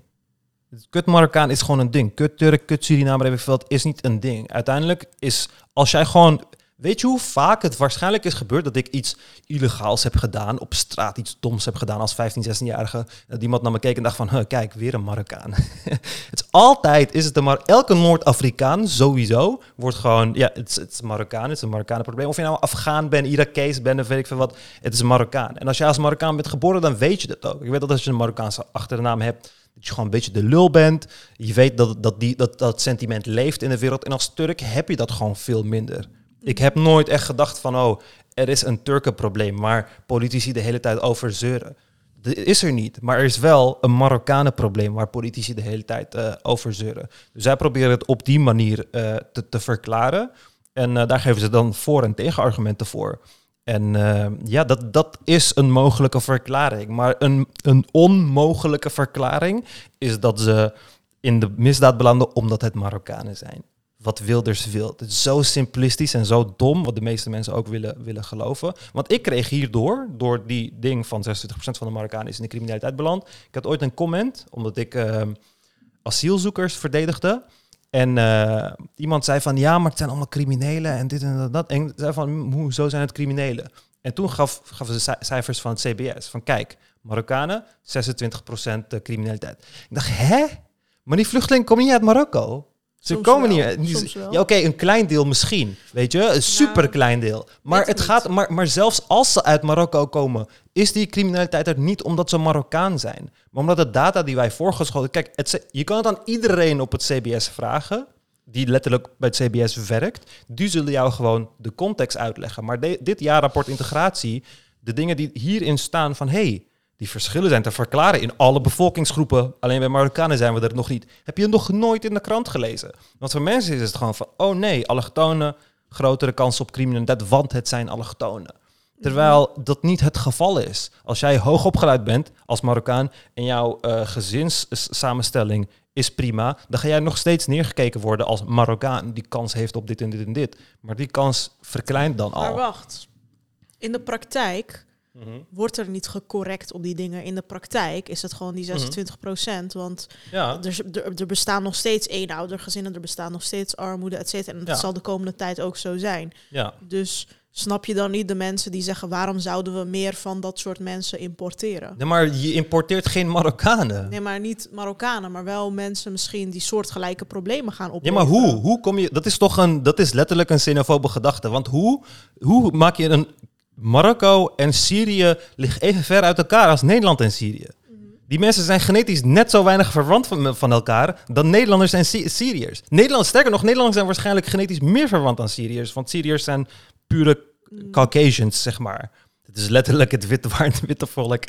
Kut Marokkaan is gewoon een ding. Kut Turk, kut Surinamer, dat is niet een ding. Uiteindelijk is, als jij gewoon... Weet je hoe vaak het waarschijnlijk is gebeurd dat ik iets illegaals heb gedaan, op straat iets doms heb gedaan als vijftien, zestienjarige, dat iemand naar me keek en dacht van, huh, kijk, weer een Marokkaan. Het is altijd, is het een Mar- elke Noord-Afrikaan sowieso wordt gewoon, ja, het is, het is Marokkaan, het is een Marokkanen probleem. Of je nou Afghaan bent, Irakees bent, of weet ik veel wat, het is een Marokkaan. En als jij als Marokkaan bent geboren, dan weet je dat ook. Ik weet dat als je een Marokkaanse achternaam hebt, dat je gewoon een beetje de lul bent. Je weet dat dat, die, dat dat sentiment leeft in de wereld. En als Turk heb je dat gewoon veel minder. Ik heb nooit echt gedacht van, oh, er is een Turkenprobleem waar politici de hele tijd over zeuren. Dat is er niet, maar er is wel een Marokkanenprobleem waar politici de hele tijd uh, over zeuren. Dus zij proberen het op die manier uh, te, te verklaren. En uh, daar geven ze dan voor- en tegenargumenten voor. En uh, ja, dat, dat is een mogelijke verklaring. Maar een, een onmogelijke verklaring is dat ze in de misdaad belanden omdat het Marokkanen zijn. Wat Wilders wil. Het is zo simplistisch en zo dom, wat de meeste mensen ook willen, willen geloven. Want ik kreeg hierdoor, door die ding van zesentwintig procent van de Marokkanen is in de criminaliteit beland. Ik had ooit een comment, omdat ik uh, asielzoekers verdedigde. En uh, iemand zei van, ja, maar het zijn allemaal criminelen en dit en dat. En zei van, hoezo zijn het criminelen? En toen gaf, gaven ze cijfers van het C B S. Van kijk, Marokkanen, zesentwintig procent criminaliteit. Ik dacht, hè? Maar die vluchtelingen komen niet uit Marokko. Ze
Soms
komen
wel,
niet.
soms wel.
Ja, oké, okay, een klein deel misschien, weet je, een super klein deel. Maar het gaat, maar, maar zelfs als ze uit Marokko komen, is die criminaliteit er niet omdat ze Marokkaan zijn, maar omdat de data die wij voorgeschoten. Kijk, het, je kan het aan iedereen op het C B S vragen, die letterlijk bij het C B S werkt. Die zullen jou gewoon de context uitleggen. Maar de, dit jaarrapport integratie, de dingen die hierin staan van, hey, die verschillen zijn te verklaren in alle bevolkingsgroepen. Alleen bij Marokkanen zijn we er nog niet. Heb je nog nooit in de krant gelezen? Want voor mensen is het gewoon van, oh nee, allochtonen, grotere kans op criminaliteit, want het zijn allochtonen. Terwijl dat niet het geval is. Als jij hoogopgeleid bent als Marokkaan en jouw uh, gezinssamenstelling is prima, dan ga jij nog steeds neergekeken worden als Marokkaan die kans heeft op dit en dit en dit. Maar die kans verkleint dan al.
Maar wacht, in de praktijk
Mm-hmm.
wordt er niet gecorrect op die dingen. In de praktijk is het gewoon die zesentwintig procent. Want
ja.
er, er, er bestaan nog steeds eenoudergezinnen, er bestaan nog steeds armoede, et cetera. En dat
ja.
zal de komende tijd ook zo zijn.
Ja.
Dus snap je dan niet de mensen die zeggen... waarom zouden we meer van dat soort mensen importeren?
Nee, maar je importeert geen Marokkanen.
Nee, maar niet Marokkanen, maar wel mensen misschien... die soortgelijke problemen gaan
Ja,
opleveren.
maar hoe? Hoe kom je... Dat is toch een... Dat is letterlijk een xenofobe gedachte. Want hoe, hoe maak je een... Marokko en Syrië liggen even ver uit elkaar als Nederland en Syrië. Die mensen zijn genetisch net zo weinig verwant van, van elkaar dan Nederlanders en Sy- Syriërs. Nederland, sterker nog, Nederlanders zijn waarschijnlijk genetisch meer verwant dan Syriërs. Want Syriërs zijn pure Caucasians, zeg maar. Het is letterlijk het witte waar het witte volk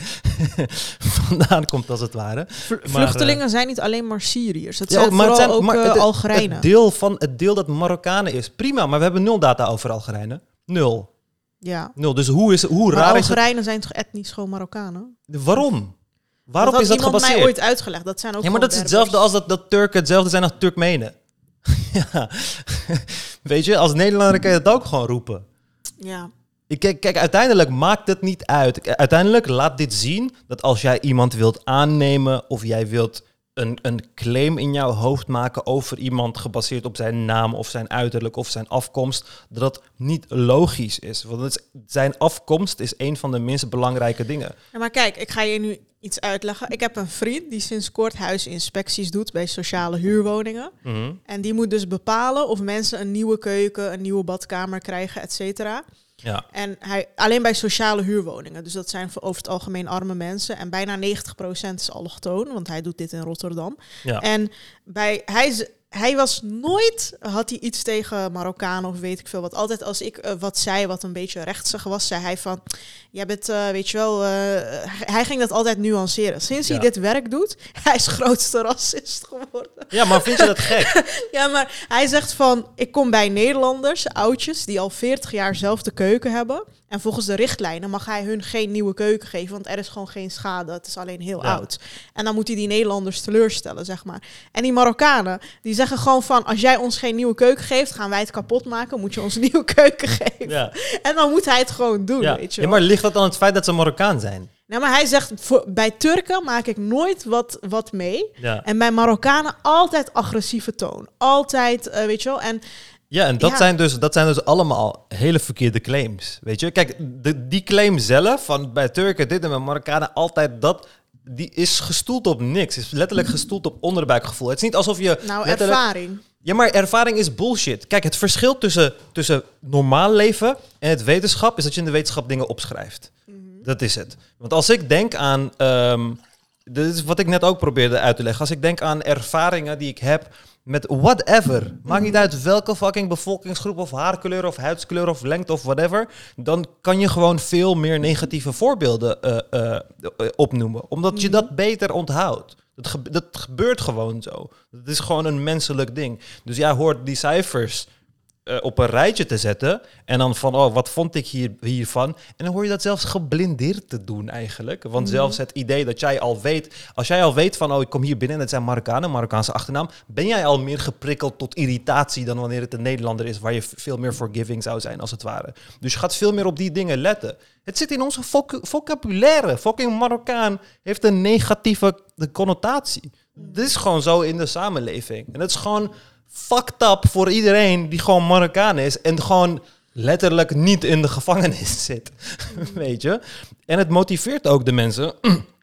vandaan komt, als het ware.
V-
Maar,
Vluchtelingen
uh,
zijn niet alleen maar Syriërs. Het
ja,
zijn
maar
vooral
het zijn,
ook
maar
uh,
het,
Algerijnen.
Het deel, van, het deel dat Marokkanen is, prima. Maar we hebben nul data over Algerijnen. Nul.
Ja.
Nul. Dus hoe, is, hoe
Maar
raar is het?
Algerijnen zijn toch etnisch gewoon Marokkanen?
Waarom? Waarop
dat
is
had
dat
iemand
gebaseerd?
mij ooit uitgelegd. Dat zijn ook
Ja, maar
gewoon
dat is
Berbers.
hetzelfde als dat, dat Turken hetzelfde zijn als Turkmenen. Ja. Weet je, als Nederlander kan je dat ook gewoon roepen.
Ja.
Ik, kijk, kijk, uiteindelijk maakt het niet uit. Uiteindelijk laat dit zien dat als jij iemand wilt aannemen... of jij wilt een, een claim in jouw hoofd maken over iemand... gebaseerd op zijn naam of zijn uiterlijk of zijn afkomst... dat dat niet logisch is. Want het is, zijn afkomst is een van de minst belangrijke dingen.
Ja, maar kijk, ik ga je nu iets uitleggen. Ik heb een vriend die sinds kort huisinspecties doet bij sociale huurwoningen.
Mm-hmm.
En die moet dus bepalen of mensen een nieuwe keuken, een nieuwe badkamer krijgen, et cetera.
Ja.
En hij, alleen bij sociale huurwoningen. Dus dat zijn voor over het algemeen arme mensen. En bijna negentig procent is allochtoon, want hij doet dit in Rotterdam.
Ja.
En bij, hij, z- hij was nooit, had hij iets tegen Marokkanen of weet ik veel wat. Altijd als ik uh, wat zei wat een beetje rechtsig was, zei hij van... Jij bent, uh, weet je wel, uh, hij ging dat altijd nuanceren. Sinds
Ja.
hij dit werk doet, hij is grootste racist geworden.
Ja, maar vind je dat gek?
Ja, maar hij zegt van, ik kom bij Nederlanders, oudjes, die al veertig jaar zelf de keuken hebben. En volgens de richtlijnen mag hij hun geen nieuwe keuken geven, want er is gewoon geen schade. Het is alleen heel
Ja.
oud. En dan moet hij die Nederlanders teleurstellen, zeg maar. En die Marokkanen, die zeggen gewoon van, als jij ons geen nieuwe keuken geeft, gaan wij het kapot maken, moet je ons een nieuwe keuken geven.
Ja.
En dan moet hij het gewoon doen,
Ja.
weet je
Ja,
wel.
maar ligt dat aan het feit dat ze Marokkaan zijn?
Nou, maar hij zegt, voor, bij Turken maak ik nooit wat, wat mee.
Ja.
En bij Marokkanen altijd agressieve toon. Altijd, uh, weet je wel. En
Ja, en dat,
Ja.
Zijn dus, dat zijn dus allemaal hele verkeerde claims. Weet je, kijk, de, die claim zelf van bij Turken dit en bij Marokkanen altijd dat, die is gestoeld op niks. Is letterlijk gestoeld op onderbuikgevoel. Het is niet alsof je
nou,
letterlijk...
ervaring.
Ja, maar ervaring is bullshit. Kijk, het verschil tussen, tussen normaal leven en het wetenschap is dat je in de wetenschap dingen opschrijft. Dat is het. Want als ik denk aan... Um, dit is wat ik net ook probeerde uit te leggen. Als ik denk aan ervaringen die ik heb met whatever. Maakt niet uit welke fucking bevolkingsgroep of haarkleur of huidskleur of lengte of whatever. Dan kan je gewoon veel meer negatieve voorbeelden uh, uh, uh, opnoemen. Omdat je dat beter onthoudt. Dat, ge- dat gebeurt gewoon zo. Dat is gewoon een menselijk ding. Dus jij hoort die cijfers uh, op een rijtje te zetten. En dan van, oh, wat vond ik hier, hiervan? En dan hoor je dat zelfs geblindeerd te doen eigenlijk. Want
Mhm.
zelfs het idee dat jij al weet... Als jij al weet van, oh, ik kom hier binnen en het zijn Marokkanen, Marokkaanse achternaam. Ben jij al meer geprikkeld tot irritatie dan wanneer het een Nederlander is... waar je v- veel meer forgiving zou zijn, als het ware. Dus je gaat veel meer op die dingen letten. Het zit in onze voc- vocabulaire. Fucking Marokkaan heeft een negatieve connotatie. Dit is gewoon zo in de samenleving. En het is gewoon fucked up voor iedereen die gewoon Marokkaan is... en gewoon letterlijk niet in de gevangenis zit. Weet je? En het motiveert ook de mensen...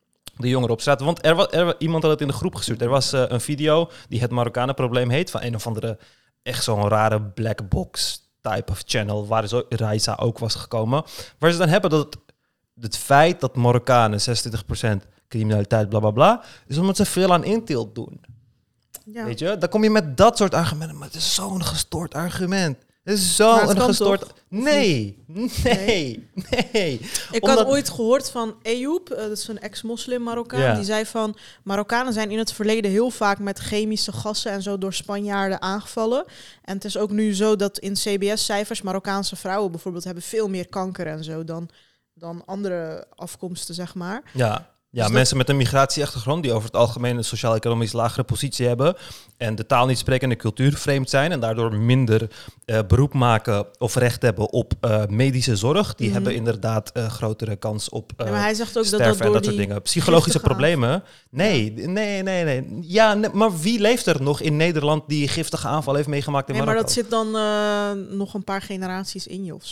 de jongeren op straat. Want er was, er, iemand had het in de groep gestuurd. Er was uh, een video die het Marokkanenprobleem heet... van een of andere echt zo'n rare black box type of channel... waar zo Raisa ook was gekomen. Waar ze dan hebben dat het, het feit dat Marokkanen zesentwintig procent criminaliteit bla bla bla... is omdat ze veel aan inteelt doen.
Ja.
Weet je? Dan kom je met dat soort argumenten. Maar het is zo'n gestoord argument. Het is
Maar het
zo'n
kan
gestoord...
toch?
Nee, nee, nee.
Ik
Omdat-
had ooit gehoord van Eyoub, uh, dat is een ex-moslim Marokkaan,
Ja.
die zei van Marokkanen zijn in het verleden heel vaak met chemische gassen en zo door Spanjaarden aangevallen. En het is ook nu zo dat in C B S-cijfers Marokkaanse vrouwen bijvoorbeeld hebben veel meer kanker en zo dan, dan andere afkomsten, zeg maar.
Ja, ja
dat-
mensen met een migratieachtergrond die over het algemeen een sociaal-economisch lagere positie hebben en de taal niet spreken en de cultuur vreemd zijn en daardoor minder uh, beroep maken of recht hebben op uh, medische zorg, die
Mhm.
hebben inderdaad uh, grotere kans op uh,
Ja, maar hij zegt ook dat
sterven
dat door
en dat
die
soort dingen. Psychologische
giftige
problemen? Nee, nee, nee, nee. Ja, nee, maar wie leeft er nog in Nederland die giftige aanval heeft meegemaakt in
Nee, maar
Marokko?
dat zit dan uh, nog een paar generaties in je of zo.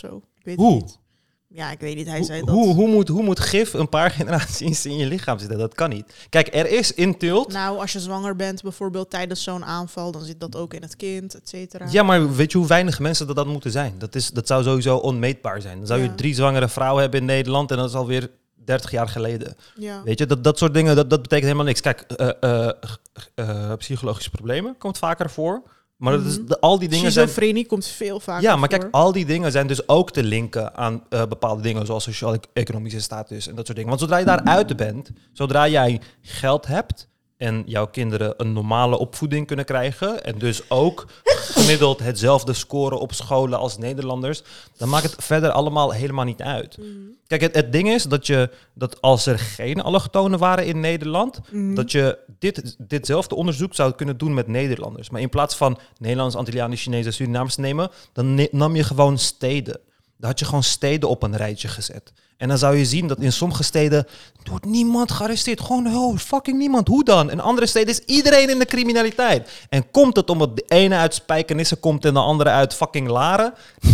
weet
Hoe?
het niet. Ja, ik weet niet. Hij zei
Hoe,
dat.
hoe, hoe, moet, hoe moet gif een paar generaties in je lichaam zitten? Dat kan niet. Kijk, er is inteelt.
Nou, als je zwanger bent bijvoorbeeld tijdens zo'n aanval, dan zit dat ook in het kind, et cetera.
Ja, maar weet je hoe weinig mensen dat, dat moeten zijn? Dat, is, dat zou sowieso onmeetbaar zijn. Dan zou je
Ja.
drie zwangere vrouwen hebben in Nederland en dat is alweer dertig jaar geleden.
Ja.
Weet je, dat, dat soort dingen, dat, dat betekent helemaal niks. Kijk, uh, uh, uh, psychologische problemen komt vaker voor. Maar dat is, de, al die dingen zijn...
Schizofrenie komt veel vaker
Ja, maar
voor.
kijk, al die dingen zijn dus ook te linken aan uh, bepaalde dingen, zoals sociaal-economische status en dat soort dingen. Want zodra je daaruit bent, zodra jij geld hebt en jouw kinderen een normale opvoeding kunnen krijgen en dus ook gemiddeld hetzelfde scoren op scholen als Nederlanders, dan maakt het verder allemaal helemaal niet uit.
Mm.
Kijk, het, het ding is dat je dat als er geen allochtonen waren in Nederland,
Mm.
dat je dit, ditzelfde onderzoek zou kunnen doen met Nederlanders. Maar in plaats van Nederlands, Antillianen, Chinezen, Surinamers te nemen, dan ne- nam je gewoon steden. Dan had je gewoon steden op een rijtje gezet. En dan zou je zien dat in sommige steden wordt niemand gearresteerd. Gewoon, oh, fucking niemand. Hoe dan? In andere steden is iedereen in de criminaliteit. En komt het omdat de ene uit Spijkenisse komt en de andere uit fucking Laren?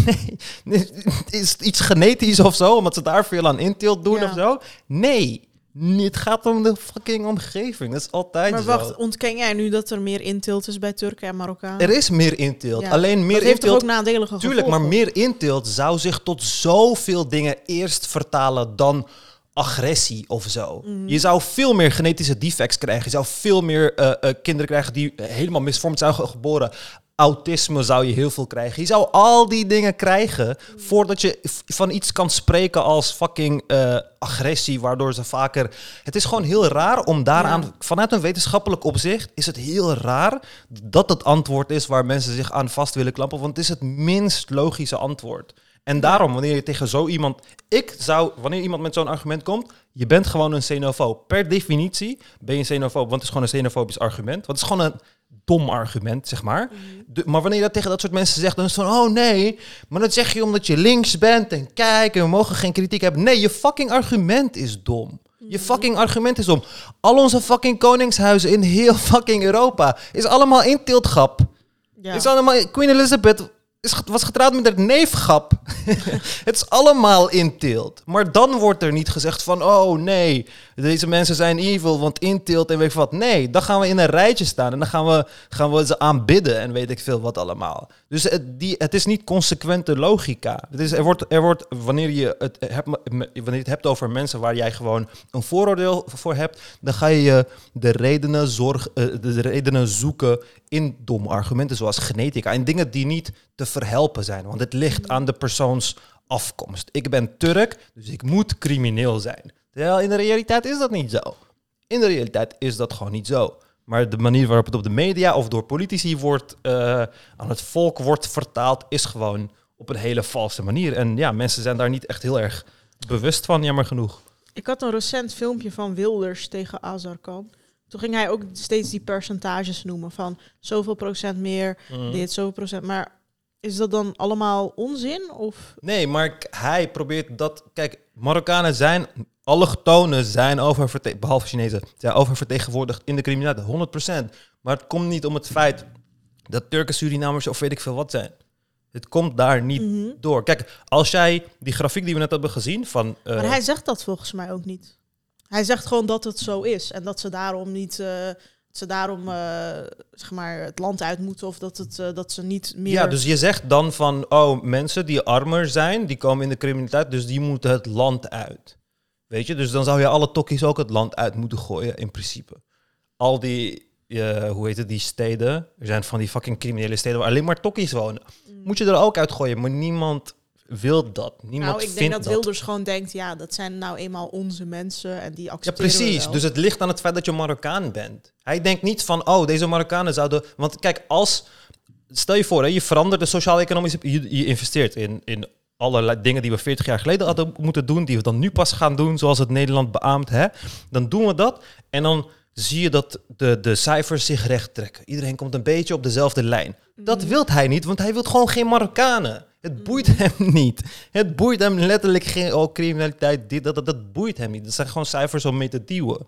Nee. Is het iets genetisch of zo? Omdat ze daar veel aan inteelt doen
Ja.
of zo? Nee. Het gaat om de fucking omgeving. Dat is altijd
Maar
zo.
wacht, ontken jij nu dat er meer inteelt is bij Turken en Marokkanen?
Er is meer inteelt.
Ja.
Alleen meer
dat heeft toch
inteelt...
ook nadelige
Tuurlijk, maar
gevolgen?
meer inteelt zou zich tot zoveel dingen eerst vertalen dan agressie of zo.
Mhm.
Je zou veel meer genetische defects krijgen. Je zou veel meer uh, uh, kinderen krijgen die helemaal misvormd zijn ge- geboren. Autisme zou je heel veel krijgen. Je zou al die dingen krijgen voordat je f- van iets kan spreken als fucking uh, agressie, waardoor ze vaker... Het is gewoon heel raar om daaraan...
Ja.
Vanuit een wetenschappelijk opzicht is het heel raar dat het antwoord is waar mensen zich aan vast willen klampen, want het is het minst logische antwoord. En daarom, wanneer je tegen zo iemand... Ik zou, wanneer iemand met zo'n argument komt, je bent gewoon een xenofoob. Per definitie ben je een xenofoob, want het is gewoon een xenofobisch argument. Want het is gewoon een dom argument, zeg maar. De, maar wanneer je dat tegen dat soort mensen zegt, dan is het van, oh nee, maar dat zeg je omdat je links bent en kijk, en we mogen geen kritiek hebben. Nee, je fucking argument is dom. Je fucking argument is dom. Al onze fucking koningshuizen in heel fucking Europa is allemaal inteeltgrap.
Ja.
Is allemaal, Queen Elizabeth is, was getrouwd met haar neefgrap. Het is allemaal inteelt. Maar dan wordt er niet gezegd van, oh nee, deze mensen zijn evil, want inteelt en weet ik wat. Nee, dan gaan we in een rijtje staan en dan gaan we, gaan we ze aanbidden en weet ik veel wat allemaal. Dus het, die, het is niet consequente logica. Het is, er wordt, er wordt, wanneer je het hebt, wanneer je het hebt over mensen waar jij gewoon een vooroordeel voor hebt, dan ga je de redenen, zorg, de redenen zoeken in domme argumenten zoals genetica en dingen die niet te verhelpen zijn. Want het ligt aan de persoons afkomst. Ik ben Turk, dus ik moet crimineel zijn. Terwijl in de realiteit is dat niet zo. In de realiteit is dat gewoon niet zo. Maar de manier waarop het op de media of door politici wordt, uh, aan het volk wordt vertaald, is gewoon op een hele valse manier. En ja, mensen zijn daar niet echt heel erg bewust van, jammer genoeg.
Ik had een recent filmpje van Wilders tegen Azarkan. Toen ging hij ook steeds die percentages noemen van zoveel procent meer,
Mm.
dit, zoveel procent. Maar is dat dan allemaal onzin? Of?
Nee, maar k- hij probeert dat... Kijk, Marokkanen zijn... Allochtonen zijn oververtegenwoordigd, behalve Chinezen, zijn oververtegenwoordigd in de criminaliteit, honderd procent. Maar het komt niet om het feit dat Turken, Surinamers of weet ik veel wat zijn. Het komt daar niet
Mhm.
door. Kijk, als jij die grafiek die we net hebben gezien van... Uh,
Maar hij zegt dat volgens mij ook niet. Hij zegt gewoon dat het zo is en dat ze daarom niet, uh, ze daarom uh, zeg maar het land uit moeten of dat het uh, dat ze niet meer.
Ja, dus je zegt dan van, oh, mensen die armer zijn, die komen in de criminaliteit, dus die moeten het land uit. Weet je, dus dan zou je alle tokkies ook het land uit moeten gooien, in principe. Al die, uh, hoe heet het, die steden, er zijn van die fucking criminele steden waar alleen maar tokkies wonen.
Mm.
Moet je er ook uitgooien, maar niemand wil dat. Niemand
Nou, ik
vindt
denk dat
dat.
Wilders gewoon denkt, ja, dat zijn nou eenmaal onze mensen en die
Ja,
accepteren we
precies.
wel.
Dus het ligt aan het feit dat je Marokkaan bent. Hij denkt niet van, oh, deze Marokkanen zouden... Want kijk, als... Stel je voor, hè, je verandert de sociaal-economische... Je, je investeert in, in allerlei dingen die we veertig jaar geleden hadden moeten doen, die we dan nu pas gaan doen, zoals het Nederland beaamt. Hè? Dan doen we dat en dan zie je dat de, de cijfers zich recht trekken. Iedereen komt een beetje op dezelfde lijn. Dat wil hij niet, want hij wil gewoon geen Marokkanen. Het boeit hem niet. Het boeit hem letterlijk geen oh, criminaliteit. Dit, dat, dat, dat boeit hem niet. Dat zijn gewoon cijfers om mee te duwen.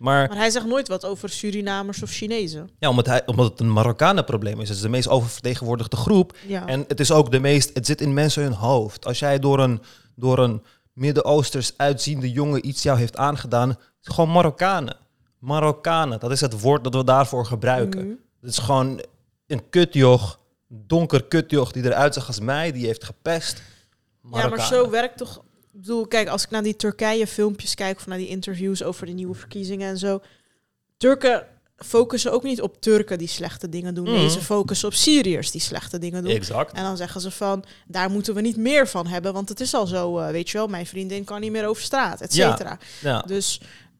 Maar,
Maar hij zegt nooit wat over Surinamers of Chinezen.
ja, omdat, hij, omdat het een Marokkanenprobleem is. Het is de meest oververtegenwoordigde groep.
Ja.
En het is ook de meest... Het zit in mensen hun hoofd. Als jij door een, door een Midden-Oosters uitziende jongen iets jou heeft aangedaan... Het is gewoon Marokkanen. Marokkanen, dat is het woord dat we daarvoor gebruiken.
Mm.
Het is gewoon een kutjoch, donker kutjoch die eruit zag als mij. Die heeft gepest.
Ja,
Marokkanen.
maar zo werkt toch... Ik bedoel, kijk, als ik naar die Turkije-filmpjes kijk... of naar die interviews over de nieuwe verkiezingen en zo... Turken focussen ook niet op Turken die slechte dingen doen.
Mm.
Nee, ze focussen op Syriërs die slechte dingen doen.
Exact.
En dan zeggen ze van, daar moeten we niet meer van hebben... want het is al zo, uh, weet je wel... mijn vriendin kan niet meer over straat, et cetera.
Ja. Ja.
Dus...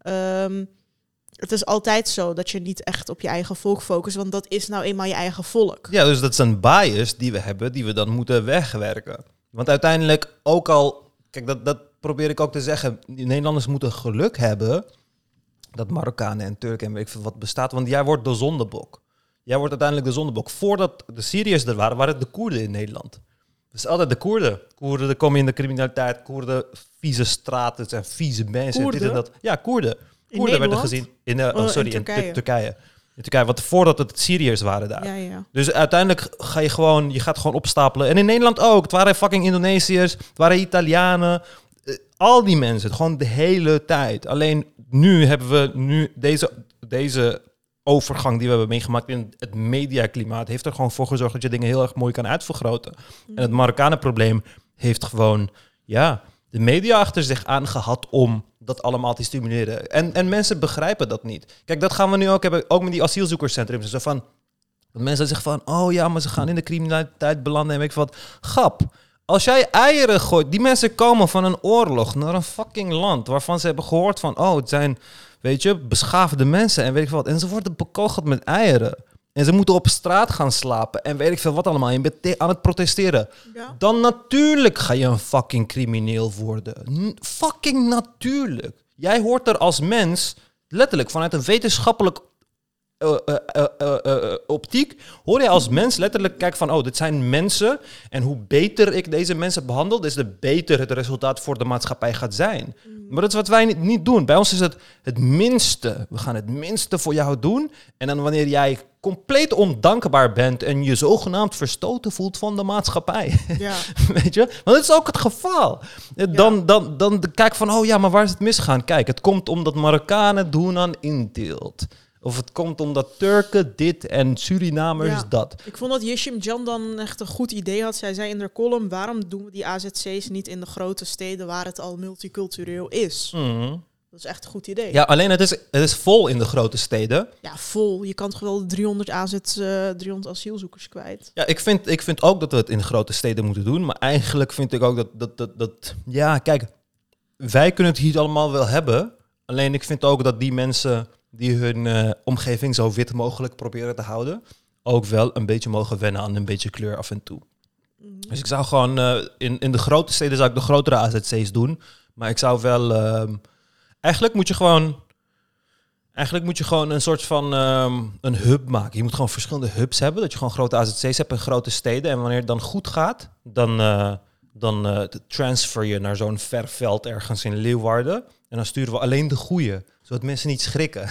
Um, het is altijd zo dat je niet echt op je eigen volk focust... want dat is nou eenmaal je eigen volk.
Ja, dus dat is een bias die we hebben, die we dan moeten wegwerken. Want uiteindelijk ook al... Kijk, dat, dat probeer ik ook te zeggen. Nederlanders moeten geluk hebben... dat Marokkanen en Turken en weet ik veel wat bestaat. Want jij wordt de zondebok. Jij wordt uiteindelijk de zondebok. Voordat de Syriërs er waren, waren het de Koerden in Nederland. Dus altijd de Koerden. Koerden, dan kom je in de criminaliteit. Koerden, vieze straten, het zijn vieze mensen.
Koerden?
Dit en dat. Ja, Koerden.
In
Koerden werden
Nederland?
gezien. In, uh, oh,
Oh,
sorry,
in
in,
Turkije.
in Turkije. In Turkije, want voordat het Syriërs waren daar.
Ja, ja.
Dus uiteindelijk ga je gewoon, je gaat gewoon opstapelen. En in Nederland ook. Het waren fucking Indonesiërs, het waren Italianen. Uh, al die mensen, gewoon de hele tijd. Alleen nu hebben we nu deze, deze overgang die we hebben meegemaakt in het mediaklimaat heeft er gewoon voor gezorgd dat je dingen heel erg mooi kan uitvergroten. Mm. En het Marokkanenprobleem heeft gewoon, ja, de media achter zich aangehad om dat allemaal te stimuleren. En, en mensen begrijpen dat niet. Kijk, dat gaan we nu ook hebben, ook met die asielzoekerscentrums. Zo van, dat mensen zeggen van, oh ja, maar ze gaan in de criminaliteit belanden en weet ik wat. Grap. Als jij eieren gooit, die mensen komen van een oorlog naar een fucking land waarvan ze hebben gehoord van, oh, het zijn, weet je, beschaafde mensen en weet ik wat. En ze worden bekogeld met eieren. En ze moeten op straat gaan slapen en weet ik veel wat allemaal. En je bent te- aan het protesteren. Ja. Dan natuurlijk ga je een fucking crimineel worden. N- fucking natuurlijk. Jij hoort er als mens, letterlijk vanuit een wetenschappelijk Uh, uh, uh, uh, uh, optiek, hoor je als mens letterlijk kijken van, oh, dit zijn mensen en hoe beter ik deze mensen behandel, des te beter het resultaat voor de maatschappij gaat zijn. Mm. Maar dat is wat wij niet, niet doen. Bij ons is het het minste. We gaan het minste voor jou doen. En dan wanneer jij compleet ondankbaar bent en je zogenaamd verstoten voelt van de maatschappij. Ja. Weet je? Want dat is ook het geval. Dan, ja. dan, dan, dan kijk van, oh ja, maar waar is het misgaan? Kijk, het komt omdat Marokkanen doen aan inteelt. Of het komt omdat Turken dit en Surinamers ja, dat.
Ik vond dat Yeşim Can dan echt een goed idee had. Zij zei in haar column, waarom doen we die A Z C's niet in de grote steden waar het al multicultureel is? Mm. Dat is echt een goed idee.
Ja, alleen het is, het is vol in de grote steden.
Ja, vol. Je kan toch wel driehonderd A Z, uh, driehonderd asielzoekers kwijt.
Ja, ik vind, ik vind ook dat we het in de grote steden moeten doen. Maar eigenlijk vind ik ook dat, dat, dat, dat... Ja, kijk, wij kunnen het hier allemaal wel hebben. Alleen ik vind ook dat die mensen die hun uh, omgeving zo wit mogelijk proberen te houden, ook wel een beetje mogen wennen aan een beetje kleur af en toe. Mm-hmm. Dus ik zou gewoon, uh, in, in de grote steden zou ik de grotere A Z C's doen. Maar ik zou wel, uh, eigenlijk moet je gewoon, eigenlijk moet je gewoon een soort van um, een hub maken. Je moet gewoon verschillende hubs hebben, dat je gewoon grote A Z C's hebt in grote steden. En wanneer het dan goed gaat, dan, uh, dan uh, transfer je naar zo'n ver veld ergens in Leeuwarden. En dan sturen we alleen de goeie, zodat mensen niet schrikken.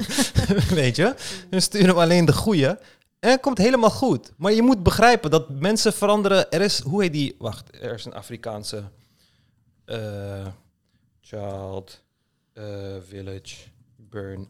Weet je? Dan sturen we alleen de goeie. En het komt helemaal goed. Maar je moet begrijpen dat mensen veranderen. Er is, hoe heet die? Wacht, er is een Afrikaanse uh, child, uh, village, burn.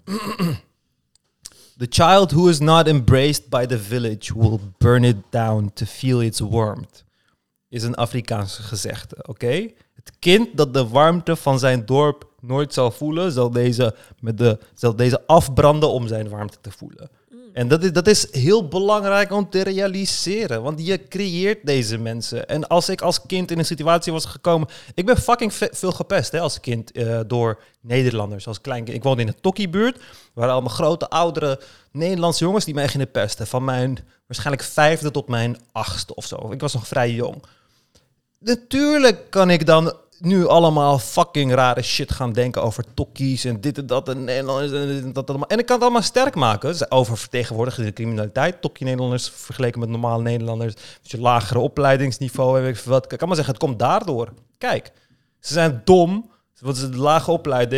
The child who is not embraced by the village will burn it down to feel its warmth. Is een Afrikaanse gezegde, oké? Okay? Het kind dat de warmte van zijn dorp nooit zal voelen, zal deze, met de, zal deze afbranden om zijn warmte te voelen. Mm. En dat is, dat is heel belangrijk om te realiseren, want je creëert deze mensen. En als ik als kind in een situatie was gekomen, ik ben fucking ve- veel gepest hè, als kind uh, door Nederlanders, als kleinkind. Ik woonde in een tokkiebuurt, er waren allemaal grote, oudere Nederlandse jongens die mij gingen pesten, van mijn waarschijnlijk vijfde tot mijn achtste of zo. Ik was nog vrij jong. Natuurlijk kan ik dan nu allemaal fucking rare shit gaan denken over tokkies en dit en dat en Nederlanders en dit en dat allemaal. En ik kan het allemaal sterk maken. Ze oververtegenwoordigen de criminaliteit. Tokkie-Nederlanders vergeleken met normale Nederlanders. Met je lagere opleidingsniveau en weet ik wat. Ik kan maar zeggen, het komt daardoor. Kijk, ze zijn dom. Wat is de lage opleiding?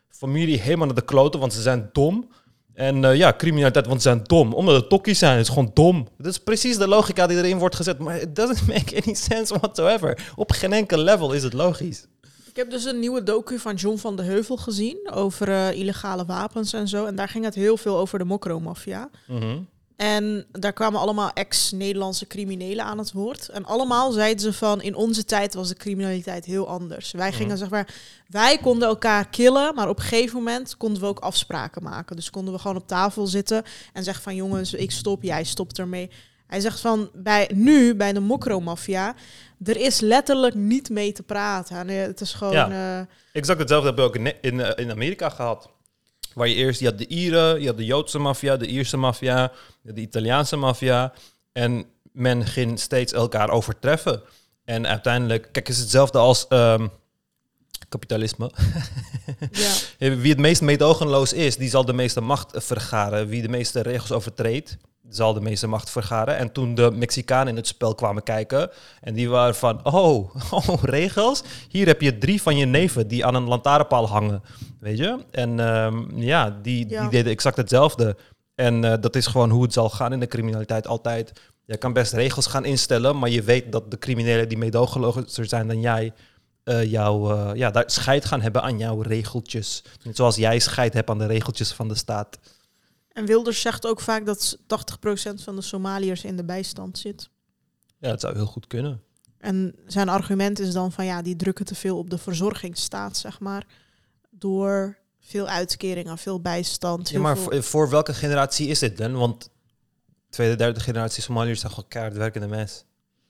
familie helemaal naar de kloten, want ze zijn dom. En uh, ja, criminaliteit, want ze zijn dom. Omdat het tokkies zijn, het is gewoon dom. Dat is precies de logica die erin wordt gezet. Maar it doesn't make any sense whatsoever. Op geen enkel level is het logisch.
Ik heb dus een nieuwe docu van John van de Heuvel gezien over uh, illegale wapens en zo. En daar ging het heel veel over de mokromafia.
Mm-hmm.
En daar kwamen allemaal ex-Nederlandse criminelen aan het woord. En allemaal zeiden ze van, in onze tijd was de criminaliteit heel anders. Wij gingen, mm-hmm. zeg maar, wij konden elkaar killen, maar op een gegeven moment konden we ook afspraken maken. Dus konden we gewoon op tafel zitten en zeggen van, jongens, ik stop, jij stopt ermee. Hij zegt van, bij, nu, bij de mokromafia, er is letterlijk niet mee te praten. Nee, het is gewoon...
Ja,
uh,
exact hetzelfde hebben we ook in, in, in Amerika gehad. Waar je eerst, je had de Ieren, je had de Joodse maffia, de Ierse maffia, de Italiaanse maffia. En men ging steeds elkaar overtreffen. En uiteindelijk, kijk, het is hetzelfde als um, kapitalisme. Ja. Wie het meest meedogenloos is, die zal de meeste macht vergaren. Wie de meeste regels overtreedt, zal de meeste macht vergaren. En toen de Mexicanen in het spel kwamen kijken, en die waren van, oh, oh, regels? Hier heb je drie van je neven die aan een lantaarnpaal hangen, weet je? En um, ja, die, ja, die deden exact hetzelfde. En uh, dat is gewoon hoe het zal gaan in de criminaliteit altijd. Je kan best regels gaan instellen, maar je weet dat de criminelen die meedogenlozer zijn dan jij, uh, jou, uh, ja, daar scheid gaan hebben aan jouw regeltjes. Net zoals jij scheid hebt aan de regeltjes van de staat.
En Wilders zegt ook vaak dat tachtig procent van de Somaliërs in de bijstand zit.
Ja, dat zou heel goed kunnen.
En zijn argument is dan van, ja, die drukken te veel op de verzorgingsstaat, zeg maar. Door veel uitkeringen, veel bijstand.
Ja, maar
veel...
voor, voor welke generatie is dit dan? Want tweede, derde generatie Somaliërs zijn gewoon keihard werkende mensen.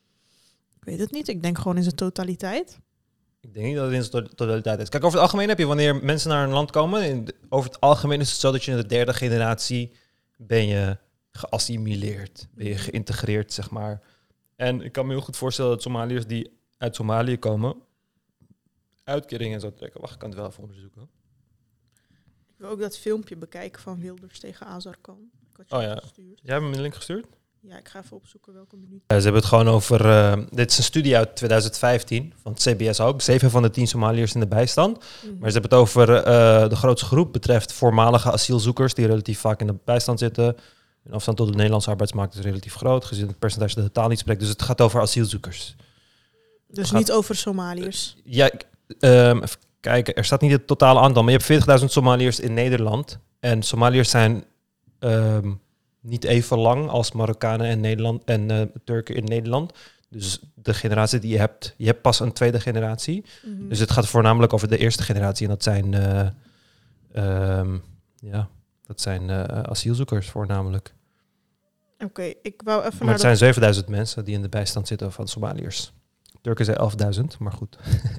Ik weet het niet. Ik denk gewoon in zijn totaliteit.
Ik denk niet dat het in zijn totaliteit is. Kijk, over het algemeen heb je, wanneer mensen naar een land komen, in de, over het algemeen is het zo dat je in de derde generatie ben je geassimileerd, ben je geïntegreerd, zeg maar. En ik kan me heel goed voorstellen dat Somaliërs die uit Somalië komen, uitkeringen en zo trekken. Wacht, ik kan het wel even onderzoeken.
Ik wil ook dat filmpje bekijken van Wilders tegen Azarkan.
Oh ja, gestuurd. Jij hebt me een link gestuurd?
Ja, ik ga even opzoeken welke minuut.
Ja, ze hebben het gewoon over... Uh, dit is een studie uit twintig vijftien, van het C B S ook. Zeven van de tien Somaliërs in de bijstand. Mm-hmm. Maar ze hebben het over uh, de grootste groep betreft voormalige asielzoekers die relatief vaak in de bijstand zitten. De afstand tot de Nederlandse arbeidsmarkt is relatief groot, gezien het percentage dat de taal niet spreekt. Dus het gaat over asielzoekers.
Dus
gaat,
niet over Somaliërs?
Uh, ja, um, even kijken. Er staat niet het totale aantal, maar je hebt veertigduizend Somaliërs in Nederland. En Somaliërs zijn... Um, niet even lang als Marokkanen en, Nederland, en uh, Turken in Nederland. Dus de generatie die je hebt, je hebt pas een tweede generatie. Mm-hmm. Dus het gaat voornamelijk over de eerste generatie. En dat zijn, uh, um, ja, dat zijn uh, asielzoekers voornamelijk.
Oké, okay, ik wou even
maar
naar
het zijn zevenduizend mensen die in de bijstand zitten van Somaliërs. Turken zijn elfduizend, maar goed.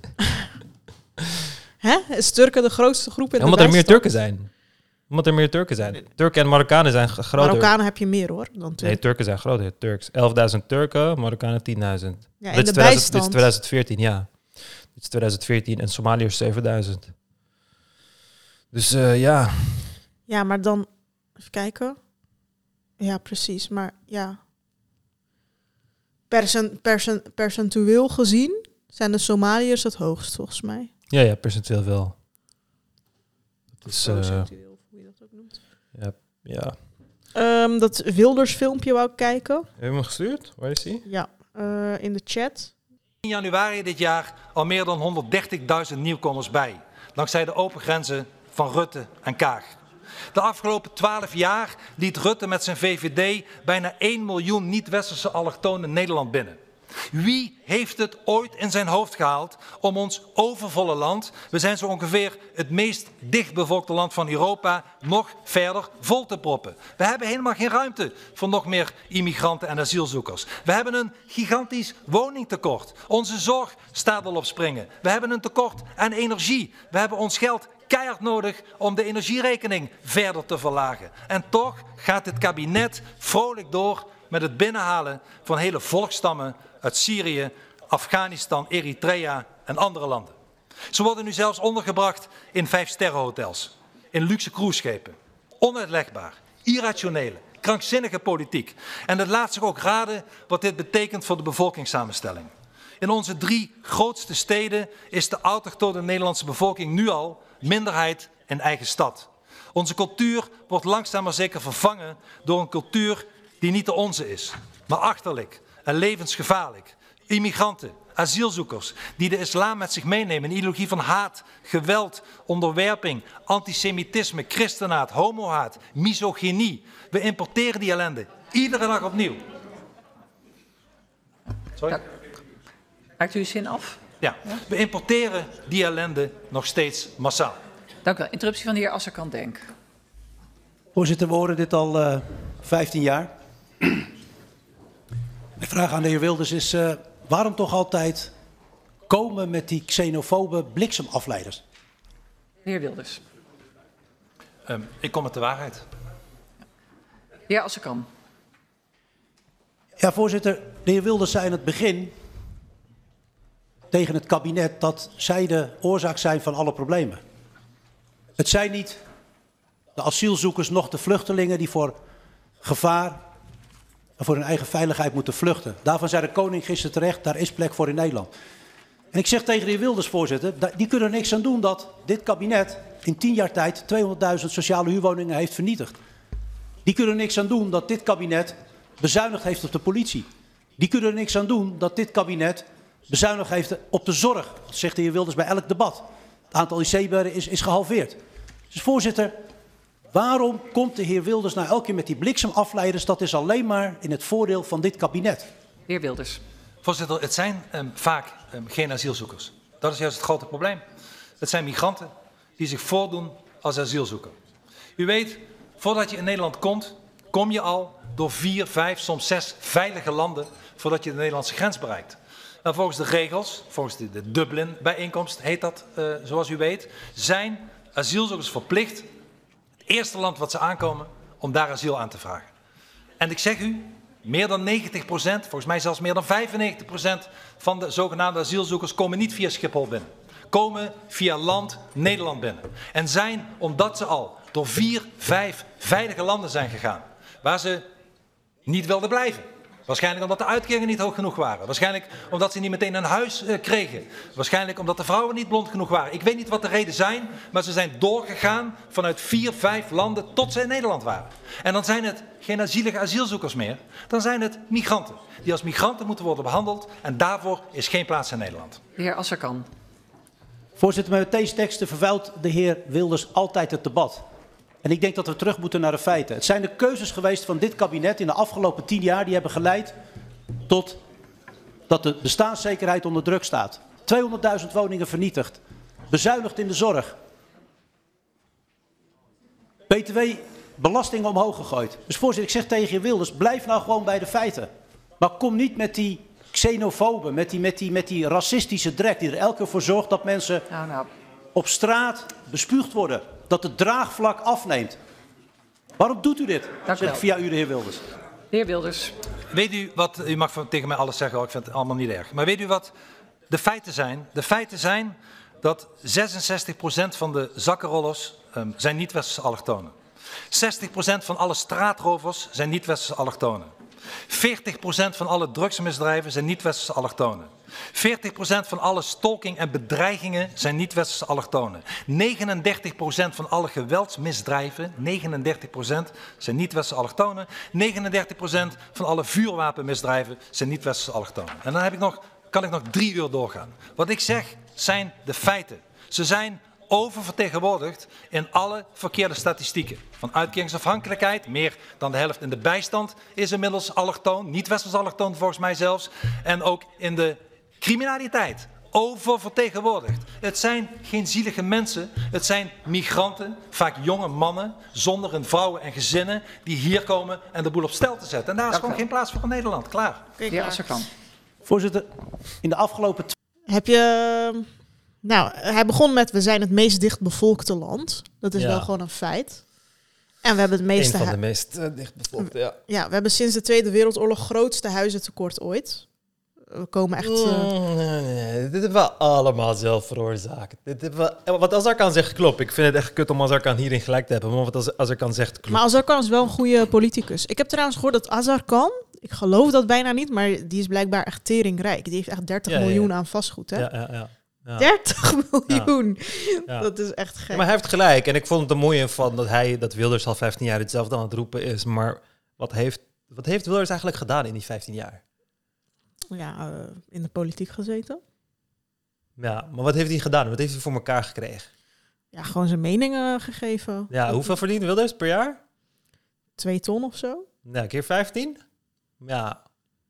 Hè? Is Turken de grootste groep in
ja,
de
omdat
bijstand?
er meer Turken zijn. Omdat er meer Turken zijn. Turken en Marokkanen zijn groter.
Marokkanen heb je meer hoor dan Turken.
Nee, Turken zijn groter. Turks. elfduizend Turken, Marokkanen tienduizend.
Ja, in
dit,
de
is
bijstand.
Dit is twintig veertien, ja. Dit is twintig veertien en Somaliërs zevenduizend. Dus uh, ja.
Ja, maar dan... Even kijken. Ja, precies. Maar ja... Percent, percent, percentueel gezien zijn de Somaliërs het hoogst, volgens mij.
Ja, ja, percentueel wel.
Dat is... Procentueel.
Ja, ja.
Um, dat Wilders filmpje wou ik kijken.
Heb je hem gestuurd? Waar is hij?
Ja, uh, in de chat.
In januari dit jaar al meer dan honderddertigduizend nieuwkomers bij. Dankzij de open grenzen van Rutte en Kaag. De afgelopen twaalf jaar liet Rutte met zijn V V D bijna één miljoen niet-westerse allochtonen Nederland binnen. Wie heeft het ooit in zijn hoofd gehaald om ons overvolle land, we zijn zo ongeveer het meest dichtbevolkte land van Europa, nog verder vol te proppen? We hebben helemaal geen ruimte voor nog meer immigranten en asielzoekers. We hebben een gigantisch woningtekort. Onze zorg staat al op springen. We hebben een tekort aan energie. We hebben ons geld keihard nodig om de energierekening verder te verlagen. En toch gaat dit kabinet vrolijk door met het binnenhalen van hele volksstammen uit Syrië, Afghanistan, Eritrea en andere landen. Ze worden nu zelfs ondergebracht in vijfsterrenhotels, in luxe cruiseschepen. Onuitlegbaar, irrationele, krankzinnige politiek. En het laat zich ook raden wat dit betekent voor de bevolkingssamenstelling. In onze drie grootste steden is de autochtone Nederlandse bevolking nu al minderheid in eigen stad. Onze cultuur wordt langzaam maar zeker vervangen door een cultuur die niet de onze is, maar achterlijk en levensgevaarlijk. Immigranten, asielzoekers die de islam met zich meenemen, een ideologie van haat, geweld, onderwerping, antisemitisme, christenhaat, homohaat, misogynie. We importeren die ellende iedere dag opnieuw. Sorry?
Maakt u uw zin af?
Ja, we importeren die ellende nog steeds massaal.
Dank u wel. Interruptie van de heer Azarkan Denk.
Voorzitter, we horen dit al uh, vijftien jaar. De vraag aan de heer Wilders is, uh, waarom toch altijd komen met die xenofobe bliksemafleiders?
De heer Wilders.
Um, ik kom met de waarheid.
De heer Azarkan.
Ja, voorzitter, de heer Wilders zei in het begin tegen het kabinet dat zij de oorzaak zijn van alle problemen. Het zijn niet de asielzoekers nog de vluchtelingen die voor gevaar en voor hun eigen veiligheid moeten vluchten. Daarvan zei de koning gisteren terecht, daar is plek voor in Nederland. En ik zeg tegen de heer Wilders, voorzitter, die kunnen er niks aan doen dat dit kabinet in tien jaar tijd tweehonderdduizend sociale huurwoningen heeft vernietigd. Die kunnen er niks aan doen dat dit kabinet bezuinigd heeft op de politie. Die kunnen er niks aan doen dat dit kabinet bezuinigd heeft op de zorg. Dat zegt de heer Wilders bij elk debat. Het aantal I C-bedden is, is gehalveerd. Dus voorzitter, waarom komt de heer Wilders nou elke keer met die bliksemafleiders? Dat is alleen maar in het voordeel van dit kabinet.
De heer Wilders.
Voorzitter, het zijn um, vaak um, geen asielzoekers. Dat is juist het grote probleem. Het zijn migranten die zich voordoen als asielzoeker. U weet, voordat je in Nederland komt, kom je al door vier, vijf, soms zes veilige landen voordat je de Nederlandse grens bereikt. Nou, volgens de regels, volgens de, de Dublin-bijeenkomst heet dat, uh, zoals u weet, zijn asielzoekers verplicht, het eerste land wat ze aankomen, om daar asiel aan te vragen. En ik zeg u, meer dan negentig procent, volgens mij zelfs meer dan vijfennegentig procent van de zogenaamde asielzoekers komen niet via Schiphol binnen. Komen via land Nederland binnen. En zijn, omdat ze al door vier, vijf veilige landen zijn gegaan, waar ze niet wilden blijven. Waarschijnlijk omdat de uitkeringen niet hoog genoeg waren. Waarschijnlijk omdat ze niet meteen een huis uh, kregen. Waarschijnlijk omdat de vrouwen niet blond genoeg waren. Ik weet niet wat de redenen zijn, maar ze zijn doorgegaan vanuit vier, vijf landen tot ze in Nederland waren. En dan zijn het geen azielige asielzoekers meer. Dan zijn het migranten. Die als migranten moeten worden behandeld. En daarvoor is geen plaats in Nederland.
De heer Azarkan.
Voorzitter, met deze teksten vervuilt de heer Wilders altijd het debat. En ik denk dat we terug moeten naar de feiten. Het zijn de keuzes geweest van dit kabinet in de afgelopen tien jaar die hebben geleid tot dat de bestaanszekerheid onder druk staat. tweehonderdduizend woningen vernietigd. Bezuinigd in de zorg. B T W-belasting omhoog gegooid. Dus voorzitter, ik zeg tegen heer Wilders, blijf nou gewoon bij de feiten. Maar kom niet met die xenofoben, met die, met die, met die racistische drek die er elke keer voor zorgt dat mensen
Nou, nou.
op straat bespuugd worden. Dat het draagvlak afneemt. Waarom doet u dit?
Dank u
Zeg
wel.
via u de heer Wilders.
De heer Wilders.
Weet u wat, u mag tegen mij alles zeggen, hoor, ik vind het allemaal niet erg. Maar weet u wat de feiten zijn? De feiten zijn dat zesenzestig procent van de zakkenrollers um, zijn niet-westerse allochtonen. zestig procent van alle straatrovers zijn niet-westerse allochtonen. veertig procent van alle drugsmisdrijven zijn niet-westerse allochtonen. veertig procent van alle stalking en bedreigingen zijn niet-westerse allochtonen. negenendertig procent van alle geweldsmisdrijven, negenendertig procent zijn niet-westerse allochtonen. negenendertig procent van alle vuurwapenmisdrijven zijn niet-westerse allochtonen. En dan heb ik nog, kan ik nog drie uur doorgaan. Wat ik zeg zijn de feiten. Ze zijn oververtegenwoordigd in alle verkeerde statistieken. Van uitkeringsafhankelijkheid, meer dan de helft in de bijstand is inmiddels allochtoon, niet-westers allochtoon volgens mij zelfs. En ook in de criminaliteit, oververtegenwoordigd. Het zijn geen zielige mensen, het zijn migranten, vaak jonge mannen, zonder hun vrouwen en gezinnen, die hier komen en de boel op stel te zetten. En daar is
Dank
gewoon
u.
geen plaats voor in Nederland, klaar.
De heer Azarkan.
Voorzitter, in de afgelopen
Heb je... Nou, hij begon met, we zijn het meest dichtbevolkte land. Dat is
Ja.
wel gewoon een feit. En we hebben het meeste...
Een van
hu-
de meest uh, dichtbevolkte, ja.
Ja, we hebben sinds de Tweede Wereldoorlog grootste huizentekort ooit. We komen echt... eh,
Mm, nee, nee, dit hebben we allemaal zelf veroorzaakt. Dit hebben we, wat Azarkan zegt klopt. Ik vind het echt kut om Azarkan hierin gelijk te hebben. Maar wat Azarkan zegt klopt.
Maar Azarkan is wel een goede politicus. Ik heb trouwens gehoord dat Azarkan, ik geloof dat bijna niet, maar die is blijkbaar echt teringrijk. Die heeft echt dertig
Ja, ja, ja.
miljoen aan vastgoed, hè?
Ja, ja, ja. Ja.
dertig miljoen.
Ja.
Dat is echt gek.
Ja, maar hij heeft gelijk. En ik vond het er mooi van dat hij, dat Wilders al vijftien jaar hetzelfde aan het roepen is. Maar wat heeft, wat heeft Wilders eigenlijk gedaan in die vijftien jaar?
Ja, uh, in de politiek gezeten.
Ja, maar wat heeft hij gedaan? Wat heeft hij voor elkaar gekregen?
Ja, gewoon zijn meningen gegeven.
Ja, hoeveel verdient Wilders per jaar?
Twee ton of zo.
Nou, keer vijftien? Ja.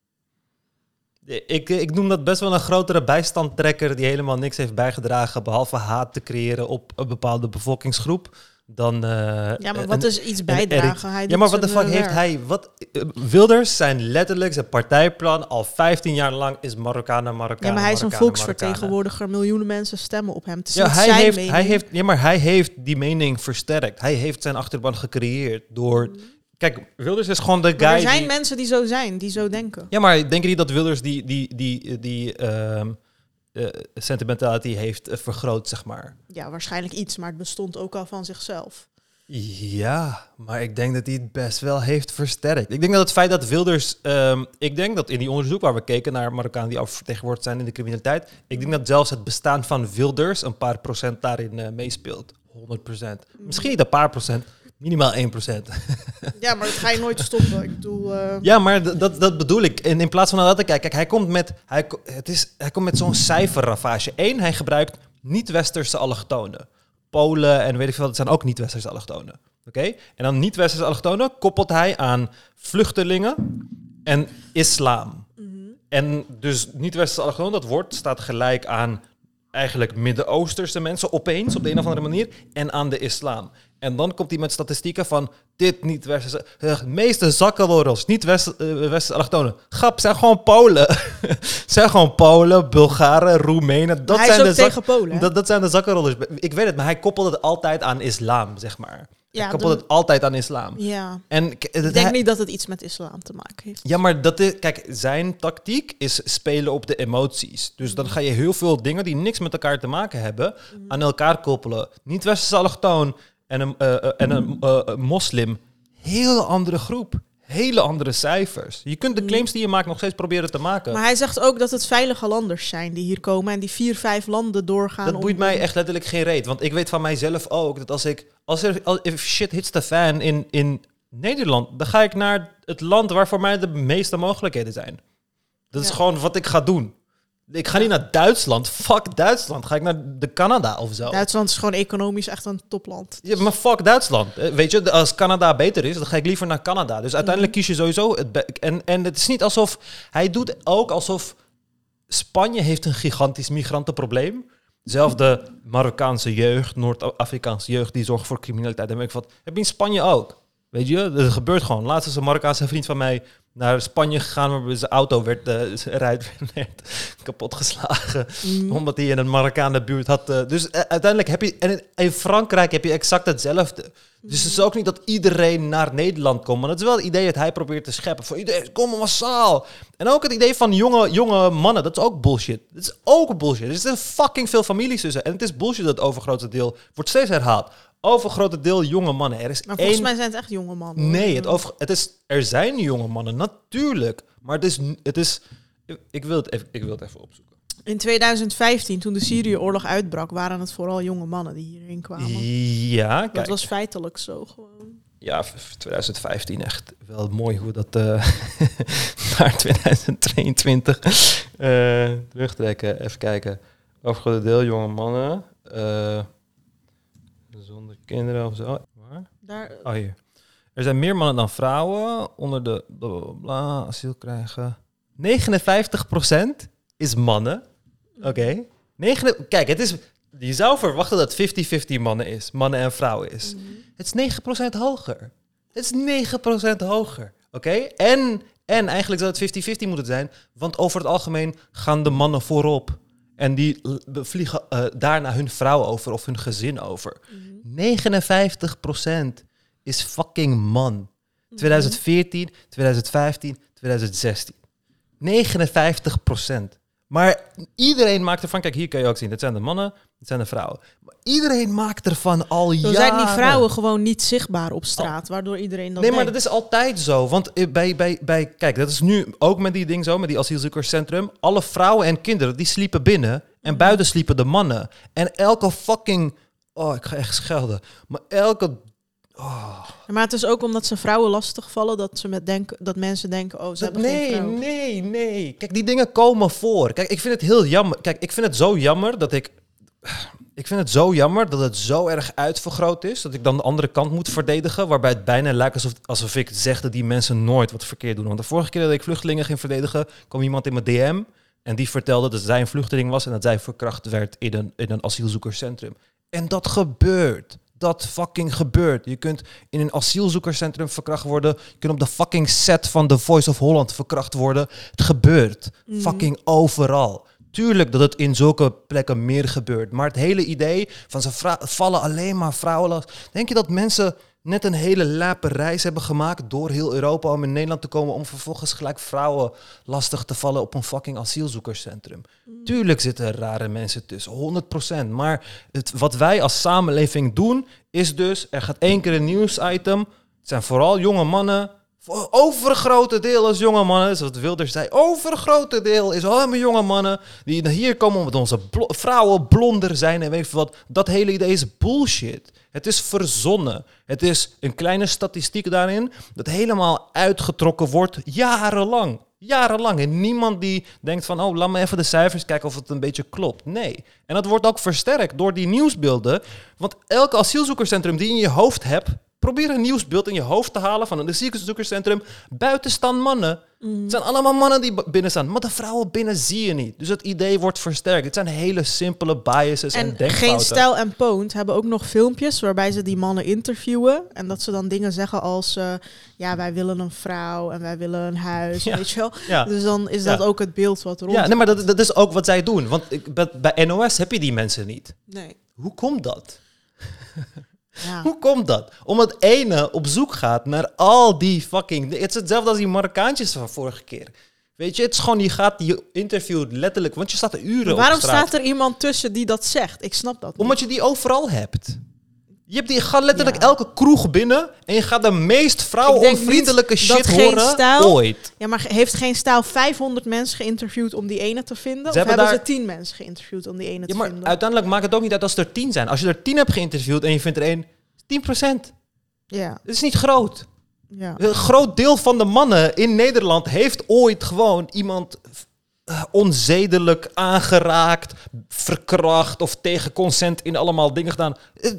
Ik, ik noem dat best wel een grotere bijstandtrekker die helemaal niks heeft bijgedragen, behalve haat te creëren op een bepaalde bevolkingsgroep. Dan, uh,
Ja, maar wat
en,
is iets bijdragen? Hij
ja,
doet
maar wat de
zijn,
fuck
uh,
heeft
werk.
hij... Wat, uh, Wilders zijn letterlijk, zijn partijplan, al vijftien jaar lang is Marokkanen, Marokkanen,
Ja, maar hij is een
Marokkanen,
volksvertegenwoordiger. Miljoenen mensen stemmen op hem. Het is
Ja,
niet
hij
zijn
heeft,
mening.
hij heeft, ja, maar hij heeft die mening versterkt. Hij heeft zijn achterban gecreëerd door... Kijk, Wilders is gewoon de guy
Maar er zijn
die...
mensen die zo zijn, die zo denken.
Ja, maar denk je niet dat Wilders die, die, die, die ehm, uh, sentimentality heeft uh, vergroot, zeg maar?
Ja, waarschijnlijk iets, maar het bestond ook al van zichzelf.
Ja, maar ik denk dat hij het best wel heeft versterkt. Ik denk dat het feit dat Wilders... Um, ik denk dat in die onderzoek waar we keken naar Marokkanen die oververtegenwoordigd zijn in de criminaliteit... Ik denk dat zelfs het bestaan van Wilders een paar procent daarin uh, meespeelt. honderd procent. Misschien niet een paar procent, minimaal één procent.
Ja, maar dat ga je nooit stoppen. Ik bedoel... Uh...
Ja, maar d- dat, dat bedoel ik. En in plaats van naar dat te kijken... Kijk, hij komt met, hij, het is, hij komt met zo'n cijferravage. Eén, hij gebruikt niet-westerse allochtonen. Polen en weet ik veel, dat zijn ook niet-westerse allochtonen. Oké? Okay? En dan niet-westerse allochtonen koppelt hij aan vluchtelingen en islam. Mm-hmm. En dus niet-westerse allochtonen, dat woord staat gelijk aan eigenlijk Midden-Oosterse mensen opeens op de een of andere manier en aan de islam. En dan komt hij met statistieken van dit niet-westerse... De meeste zakkenlorrels, niet-westerse allochtonen. Grap, zijn gewoon Polen. zijn gewoon Polen, Bulgaren, Roemenen. Dat
hij
zijn
is ook
de
tegen Polen.
Dat, dat zijn de zakkenrollers. Ik weet het, maar hij koppelt het altijd aan islam, zeg maar.
Ja,
hij koppelt
de...
het altijd aan islam.
Ja.
En k-
ik denk
hij...
niet dat het iets met islam te maken heeft.
Ja, maar dat is... Kijk, zijn tactiek is spelen op de emoties. Dus dan ga je heel veel dingen die niks met elkaar te maken hebben... Mm. aan elkaar koppelen. Niet-westerse allochtoon en een, uh, uh, en een uh, moslim. Hele andere groep. Hele andere cijfers. Je kunt de claims die je maakt nog steeds proberen te maken.
Maar hij zegt ook dat het veilige landers zijn die hier komen... en die vier, vijf landen doorgaan.
Dat boeit
om...
mij echt letterlijk geen reet. Want ik weet van mijzelf ook dat als ik... Als er als, if shit hits the fan in, in Nederland... dan ga ik naar het land waar voor mij de meeste mogelijkheden zijn. Dat is
Ja.
gewoon wat ik ga doen. Ik ga niet naar Duitsland. Fuck Duitsland. Ga ik naar de Canada of zo.
Duitsland is gewoon economisch echt een topland.
Ja, maar fuck Duitsland. Weet je, als Canada beter is, dan ga ik liever naar Canada. Dus uiteindelijk kies je sowieso het be- en, en het is niet alsof... Hij doet ook alsof Spanje heeft een gigantisch migrantenprobleem. Zelfde Marokkaanse jeugd, Noord-Afrikaanse jeugd, die zorgen voor criminaliteit. En weet ik wat. Heb je in Spanje ook? Weet je, dat gebeurt gewoon. Laatst is een Marokkaanse vriend van mij naar Spanje gegaan, waar zijn auto werd, uh, zijn rijdt werd kapot geslagen. Mm. Omdat hij in een Marokkaanse buurt had. Uh, dus uh, uiteindelijk heb je... En in, in Frankrijk heb je exact hetzelfde. Mm. Dus het is ook niet dat iedereen naar Nederland komt. Maar dat is wel het idee dat hij probeert te scheppen. Voor iedereen, kom massaal. En ook het idee van jonge, jonge mannen. Dat is ook bullshit. Dat is ook bullshit. Er zitten fucking veel families tussen. En het is bullshit dat het overgrote deel wordt steeds herhaald. Overgrote deel jonge mannen. Er is
maar volgens
één...
mij zijn het echt jonge mannen.
Nee, het over... het is... er zijn jonge mannen, natuurlijk. Maar het is... Het is... Ik, wil het even, ik wil het even opzoeken.
In twintig vijftien, toen de Syrië-oorlog uitbrak, waren het vooral jonge mannen die hierheen kwamen.
Ja, kijk.
Dat was feitelijk zo gewoon.
Ja, twintig vijftien echt wel mooi hoe dat uh, naar twintig tweeëntwintig uh, terugtrekken. Even kijken. Overgrote deel jonge mannen... Uh, zonder kinderen of zo. Waar?
Daar,
oh, hier. Er zijn meer mannen dan vrouwen onder de bla, bla, bla, asiel krijgen. negenenvijftig procent is mannen. Oké. Okay. negen... Kijk, het is... Je zou verwachten dat vijftig vijftig mannen is. Mannen en vrouwen is. Mm-hmm. Het is negen procent hoger. Het is negen procent hoger. Oké? Okay? En, en eigenlijk zou het vijftig vijftig moeten zijn. Want over het algemeen gaan de mannen voorop. En die vliegen uh, daarna hun vrouw over of hun gezin over. Mm-hmm. negenenvijftig procent is fucking man. Mm-hmm. twintig veertien, twintig vijftien, twintig zestien. negenenvijftig procent. Maar iedereen maakt ervan... Kijk, hier kan je ook zien. Dat zijn de mannen, dat zijn de vrouwen. Maar iedereen maakt ervan al
Dan
jaren.
zijn die vrouwen gewoon niet zichtbaar op straat, waardoor iedereen dat
Nee, maar
denkt.
dat is altijd zo. Want bij, bij, bij... Kijk, dat is nu ook met die ding zo, met die asielzoekerscentrum. Alle vrouwen en kinderen, die sliepen binnen. En buiten sliepen de mannen. En elke fucking... Oh, ik ga echt schelden. Maar elke... Oh.
Ja, maar het is ook omdat ze vrouwen lastigvallen dat ze met denken dat mensen denken, oh, ze
Dat,
hebben
nee,
geen vrouw.
nee, nee. Kijk, die dingen komen voor. Kijk, ik vind het heel jammer. Kijk, ik vind het zo jammer dat ik... Ik vind het zo jammer dat het zo erg uitvergroot is, dat ik dan de andere kant moet verdedigen, waarbij het bijna lijkt alsof, alsof ik zeg dat die mensen nooit wat verkeerd doen. Want de vorige keer dat ik vluchtelingen ging verdedigen, kwam iemand in mijn D M en die vertelde dat zij een vluchteling was en dat zij verkracht werd in een, in een asielzoekerscentrum. En dat gebeurt. Dat fucking gebeurt. Je kunt in een asielzoekerscentrum verkracht worden. Je kunt op de fucking set van The Voice of Holland verkracht worden. Het gebeurt. Mm. Fucking overal. Tuurlijk dat het in zulke plekken meer gebeurt. Maar het hele idee van ze vra- vallen alleen maar vrouwen lastig. Denk je dat mensen net een hele lape reis hebben gemaakt door heel Europa om in Nederland te komen om vervolgens gelijk vrouwen lastig te vallen op een fucking asielzoekerscentrum? Mm. Tuurlijk zitten er rare mensen tussen, honderd procent. Maar het, wat wij als samenleving doen is dus, er gaat één keer een nieuwsitem. Het zijn vooral jonge mannen. Overgrote deel is jonge mannen, zoals Wilders zei. Overgrote deel is allemaal jonge mannen die hier komen omdat onze blo- vrouwen blonder zijn en weet ik wat. Dat hele idee is bullshit. Het is verzonnen. Het is een kleine statistiek daarin dat helemaal uitgetrokken wordt jarenlang. Jarenlang. En niemand die denkt van, oh, laat me even de cijfers kijken of het een beetje klopt. Nee. En dat wordt ook versterkt door die nieuwsbeelden. Want elke asielzoekerscentrum die je in je hoofd hebt, probeer een nieuwsbeeld in je hoofd te halen van een asielzoekerscentrum. Buiten staan mannen. Mm. Het zijn allemaal mannen die binnen staan. Maar de vrouwen binnen zie je niet. Dus het idee wordt versterkt. Het zijn hele simpele biases en, en denkfouten.
Geen Stijl en Poont hebben ook nog filmpjes waarbij ze die mannen interviewen. En dat ze dan dingen zeggen als, uh, ja, wij willen een vrouw en wij willen een huis. Ja. Weet je wel? Ja. Dus dan is dat ja. ook het beeld wat rond.
Ja, nee, maar dat, dat is ook wat zij doen. Want ik, bij N O S heb je die mensen niet.
Nee.
Hoe komt dat?
Ja.
Hoe komt dat? Omdat ene op zoek gaat naar al die fucking... Het is hetzelfde als die Marokkaantjes van vorige keer. Weet je, het is gewoon, je gaat die interview letterlijk... Want je staat er uren
Waarom
op straat.
staat er iemand tussen die dat zegt? Ik snap dat niet.
Omdat je die overal hebt. Je, hebt die, je gaat letterlijk
ja.
elke kroeg binnen en je gaat de meest vrouwenonvriendelijke shit horen
stijl,
ooit.
Ja, maar heeft Geen Stijl vijfhonderd mensen geïnterviewd om die ene te vinden? Ze of hebben, hebben daar... ze tien mensen geïnterviewd om die ene ja, te
maar
vinden?
Uiteindelijk maakt het ook niet uit als er tien zijn. Als je er tien hebt geïnterviewd en je vindt er één, tien procent.
Ja.
Dat is niet groot.
Ja.
Een groot deel van de mannen in Nederland heeft ooit gewoon iemand uh, onzedelijk aangeraakt, verkracht of tegen consent in allemaal dingen gedaan. Uh,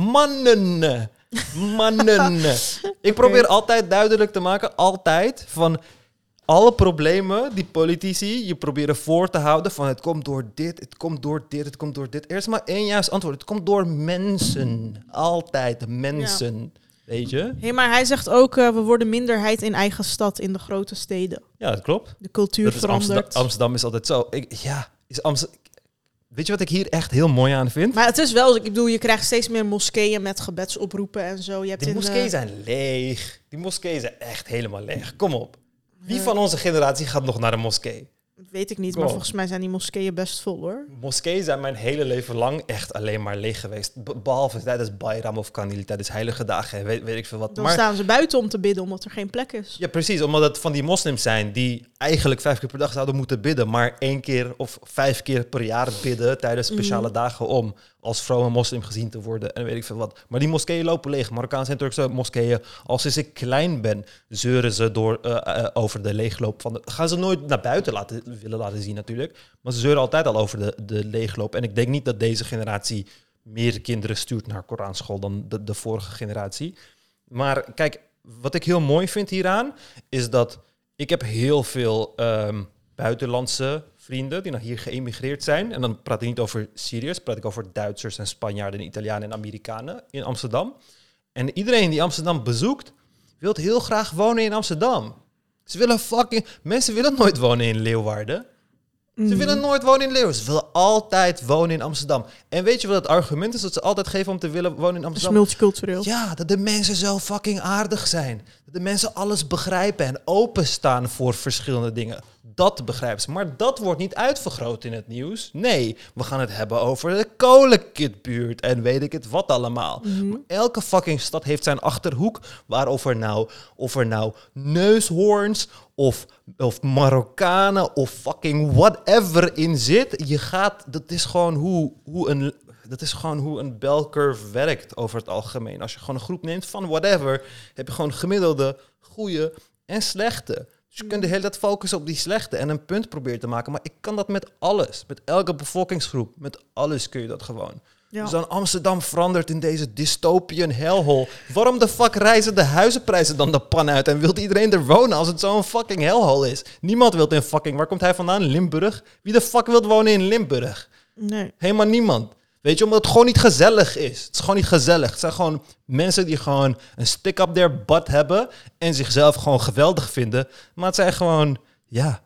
mannen. Mannen. Okay. Ik probeer altijd duidelijk te maken, altijd, van alle problemen die politici je proberen voor te houden van het komt door dit, het komt door dit, het komt door dit. Er is maar één juist antwoord. Het komt door mensen. Altijd mensen. Ja. Weet je?
Hey, maar hij zegt ook, uh, we worden minderheid in eigen stad, in de grote steden.
Ja, dat klopt.
De cultuur
dat is
verandert.
Amsterdam, Amsterdam is altijd zo. Ik, ja, is Amsterdam... Weet je wat ik hier echt heel mooi aan vind?
Maar het is wel, ik bedoel, je krijgt steeds meer moskeeën met gebedsoproepen en zo. Je hebt
Die
in,
moskeeën
uh...
zijn leeg. Die moskeeën zijn echt helemaal leeg. Kom op. Wie van onze generatie gaat nog naar een moskee?
Dat weet ik niet,
Kom.
maar volgens mij zijn die moskeeën best vol, hoor.
Moskeeën zijn mijn hele leven lang echt alleen maar leeg geweest. Be- behalve tijdens Bayram of Kandil, tijdens heilige dagen, weet, weet ik veel wat.
Dan
maar,
staan ze buiten om te bidden, omdat er geen plek is.
Ja, precies. Omdat het van die moslims zijn die eigenlijk vijf keer per dag zouden moeten bidden, maar één keer of vijf keer per jaar bidden tijdens speciale mm. dagen om als vrome moslim gezien te worden en weet ik veel wat. Maar die moskeeën lopen leeg. Marokkaanse en Turkse moskeeën, als sinds ik klein ben, zeuren ze door, uh, uh, over de leegloop van de... Gaan ze nooit naar buiten laten, willen laten zien natuurlijk, maar ze zeuren altijd al over de, de leegloop. En ik denk niet dat deze generatie meer kinderen stuurt naar Koranschool dan de, de vorige generatie. Maar kijk, wat ik heel mooi vind hieraan, is dat ik heb heel veel um, buitenlandse vrienden die naar hier geëmigreerd zijn. En dan praat ik niet over Syriërs, praat ik over Duitsers en Spanjaarden en Italianen en Amerikanen in Amsterdam. En iedereen die Amsterdam bezoekt, wil heel graag wonen in Amsterdam. Ze willen fucking... Mensen willen nooit wonen in Leeuwarden. Mm. Ze willen nooit wonen in Leeuwarden. Ze willen altijd wonen in Amsterdam. En weet je wat het argument is dat ze altijd geven om te willen wonen in Amsterdam?
Het is multicultureel.
Ja, dat de mensen zo fucking aardig zijn. Dat de mensen alles begrijpen en openstaan voor verschillende dingen. Dat begrijpen ze. Maar dat wordt niet uitvergroot in het nieuws. Nee, we gaan het hebben over de kolenkitbuurt en weet ik het wat allemaal.
Mm-hmm.
Elke fucking stad heeft zijn Achterhoek, waarover nou, of er nou neushoorns of, of Marokkanen of fucking whatever in zit. Je gaat, dat is gewoon hoe, hoe een... Dat is gewoon hoe een bell curve werkt over het algemeen. Als je gewoon een groep neemt van whatever, heb je gewoon gemiddelde, goede en slechte. Dus je kunt de hele tijd focussen op die slechte en een punt proberen te maken. Maar ik kan dat met alles. Met elke bevolkingsgroep. Met alles kun je dat gewoon.
Ja.
Dus dan Amsterdam verandert in deze dystopian hellhole. Waarom de fuck reizen de huizenprijzen dan de pan uit? En wil iedereen er wonen als het zo'n fucking hellhole is? Niemand wil in fucking... Waar komt hij vandaan? Limburg? Wie de fuck wil wonen in Limburg?
Nee.
Helemaal niemand. Weet je, omdat het gewoon niet gezellig is. Het is gewoon niet gezellig. Het zijn gewoon mensen die gewoon een stick up their butt hebben en zichzelf gewoon geweldig vinden. Maar het zijn gewoon, ja,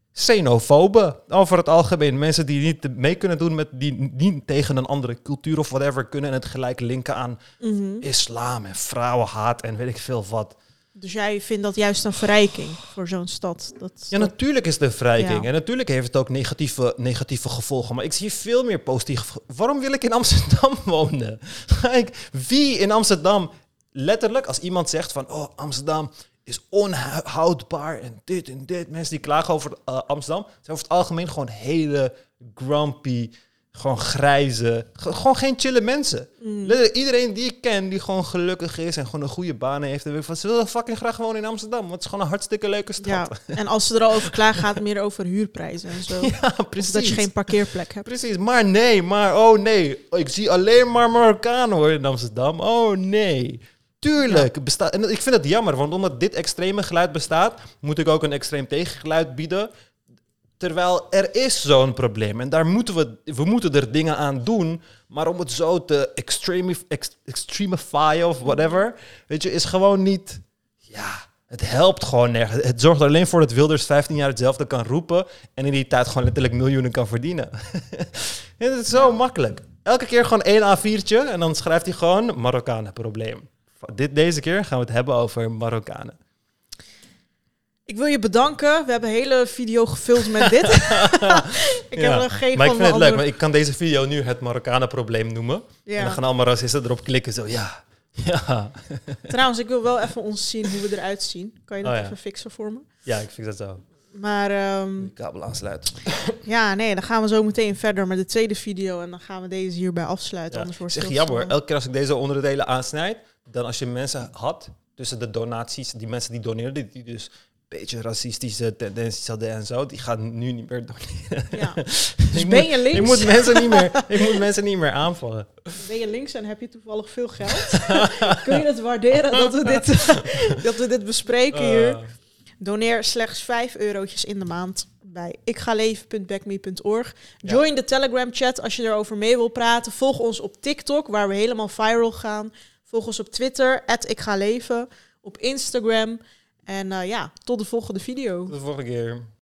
xenofoben over het algemeen. Mensen die niet mee kunnen doen met, die niet tegen een andere cultuur of whatever kunnen en het gelijk linken aan
Mm-hmm.
islam en vrouwenhaat en weet ik veel wat.
Dus jij vindt dat juist een verrijking voor zo'n stad? Dat,
Ja,
dat...
natuurlijk is het een verrijking.
Ja.
En natuurlijk heeft het ook negatieve, negatieve gevolgen. Maar ik zie veel meer positieve gevolgen. Waarom wil ik in Amsterdam wonen? Like, wie in Amsterdam... Letterlijk, als iemand zegt van... Oh, Amsterdam is onhoudbaar en dit en dit. Mensen die klagen over uh, Amsterdam... zijn over het algemeen gewoon hele grumpy... Gewoon grijze... ge- gewoon geen chille mensen.
Mm.
Letterlijk, iedereen die ik ken... die gewoon gelukkig is en gewoon een goede baan heeft... en weet ik van, ze willen fucking graag wonen in Amsterdam. Want het is gewoon een hartstikke leuke stad.
Ja, en als ze er al over klagen, gaat het meer over huurprijzen en zo.
Ja,
Of
precies.
dat je geen parkeerplek hebt.
Precies, maar nee, maar oh nee. Ik zie alleen maar Marokkanen hoor in Amsterdam. Oh nee. Tuurlijk. Besta- en ik vind het jammer, want omdat dit extreme geluid bestaat... moet ik ook een extreem tegengeluid bieden... Terwijl er is zo'n probleem en daar moeten we, we moeten er dingen aan doen. Maar om het zo te extreme, ex, extremify of whatever, weet je, is gewoon niet... Ja, het helpt gewoon nergens. Het zorgt er alleen voor dat Wilders vijftien jaar hetzelfde kan roepen en in die tijd gewoon letterlijk miljoenen kan verdienen. En het is zo makkelijk. Elke keer gewoon één A viertje en dan schrijft hij gewoon Marokkanen probleem. Dit, deze keer gaan we het hebben over Marokkanen.
Ik wil je bedanken. We hebben een hele video gefilmd met dit. ik heb er geen
maar ik
van
vind
de
het leuk,
andere-
maar ik kan deze video nu het Marokkanen-probleem noemen.
Ja.
En dan gaan allemaal racisten erop klikken, zo ja. Ja,
Trouwens, ik wil wel even ons zien hoe we eruit zien. Kan je dat
Oh ja.
even fixen voor me?
ja ik vind dat zo.
Maar ehm,
Kabel aansluiten.
ja, nee, dan gaan we zo meteen verder met de tweede video. En dan gaan we deze hierbij afsluiten.
Ja.
Anders wordt
Zeg
het
je
heel
jammer,
snel.
elke keer als ik deze onderdelen aansnijd, dan als je mensen had tussen de donaties, die mensen die doneerden, die dus een beetje racistische tendenties hadden en zo, die gaan nu niet meer doneren.
Ja.
Dus
Dus ben je links?
Ik moet mensen niet meer, ik moet mensen niet meer aanvallen.
Ben je links en heb je toevallig veel geld? Kun je het waarderen dat we dit, dat we dit bespreken hier?
Uh,
Doneer slechts vijf eurotjes in de maand bij ikgaleven punt backme punt org. Join de Telegram chat als je erover mee wil praten. Volg ons op TikTok, waar we helemaal viral gaan. Volg ons op Twitter, at ikgaleven. Op Instagram. En uh, ja, tot de volgende video.
tot de volgende keer.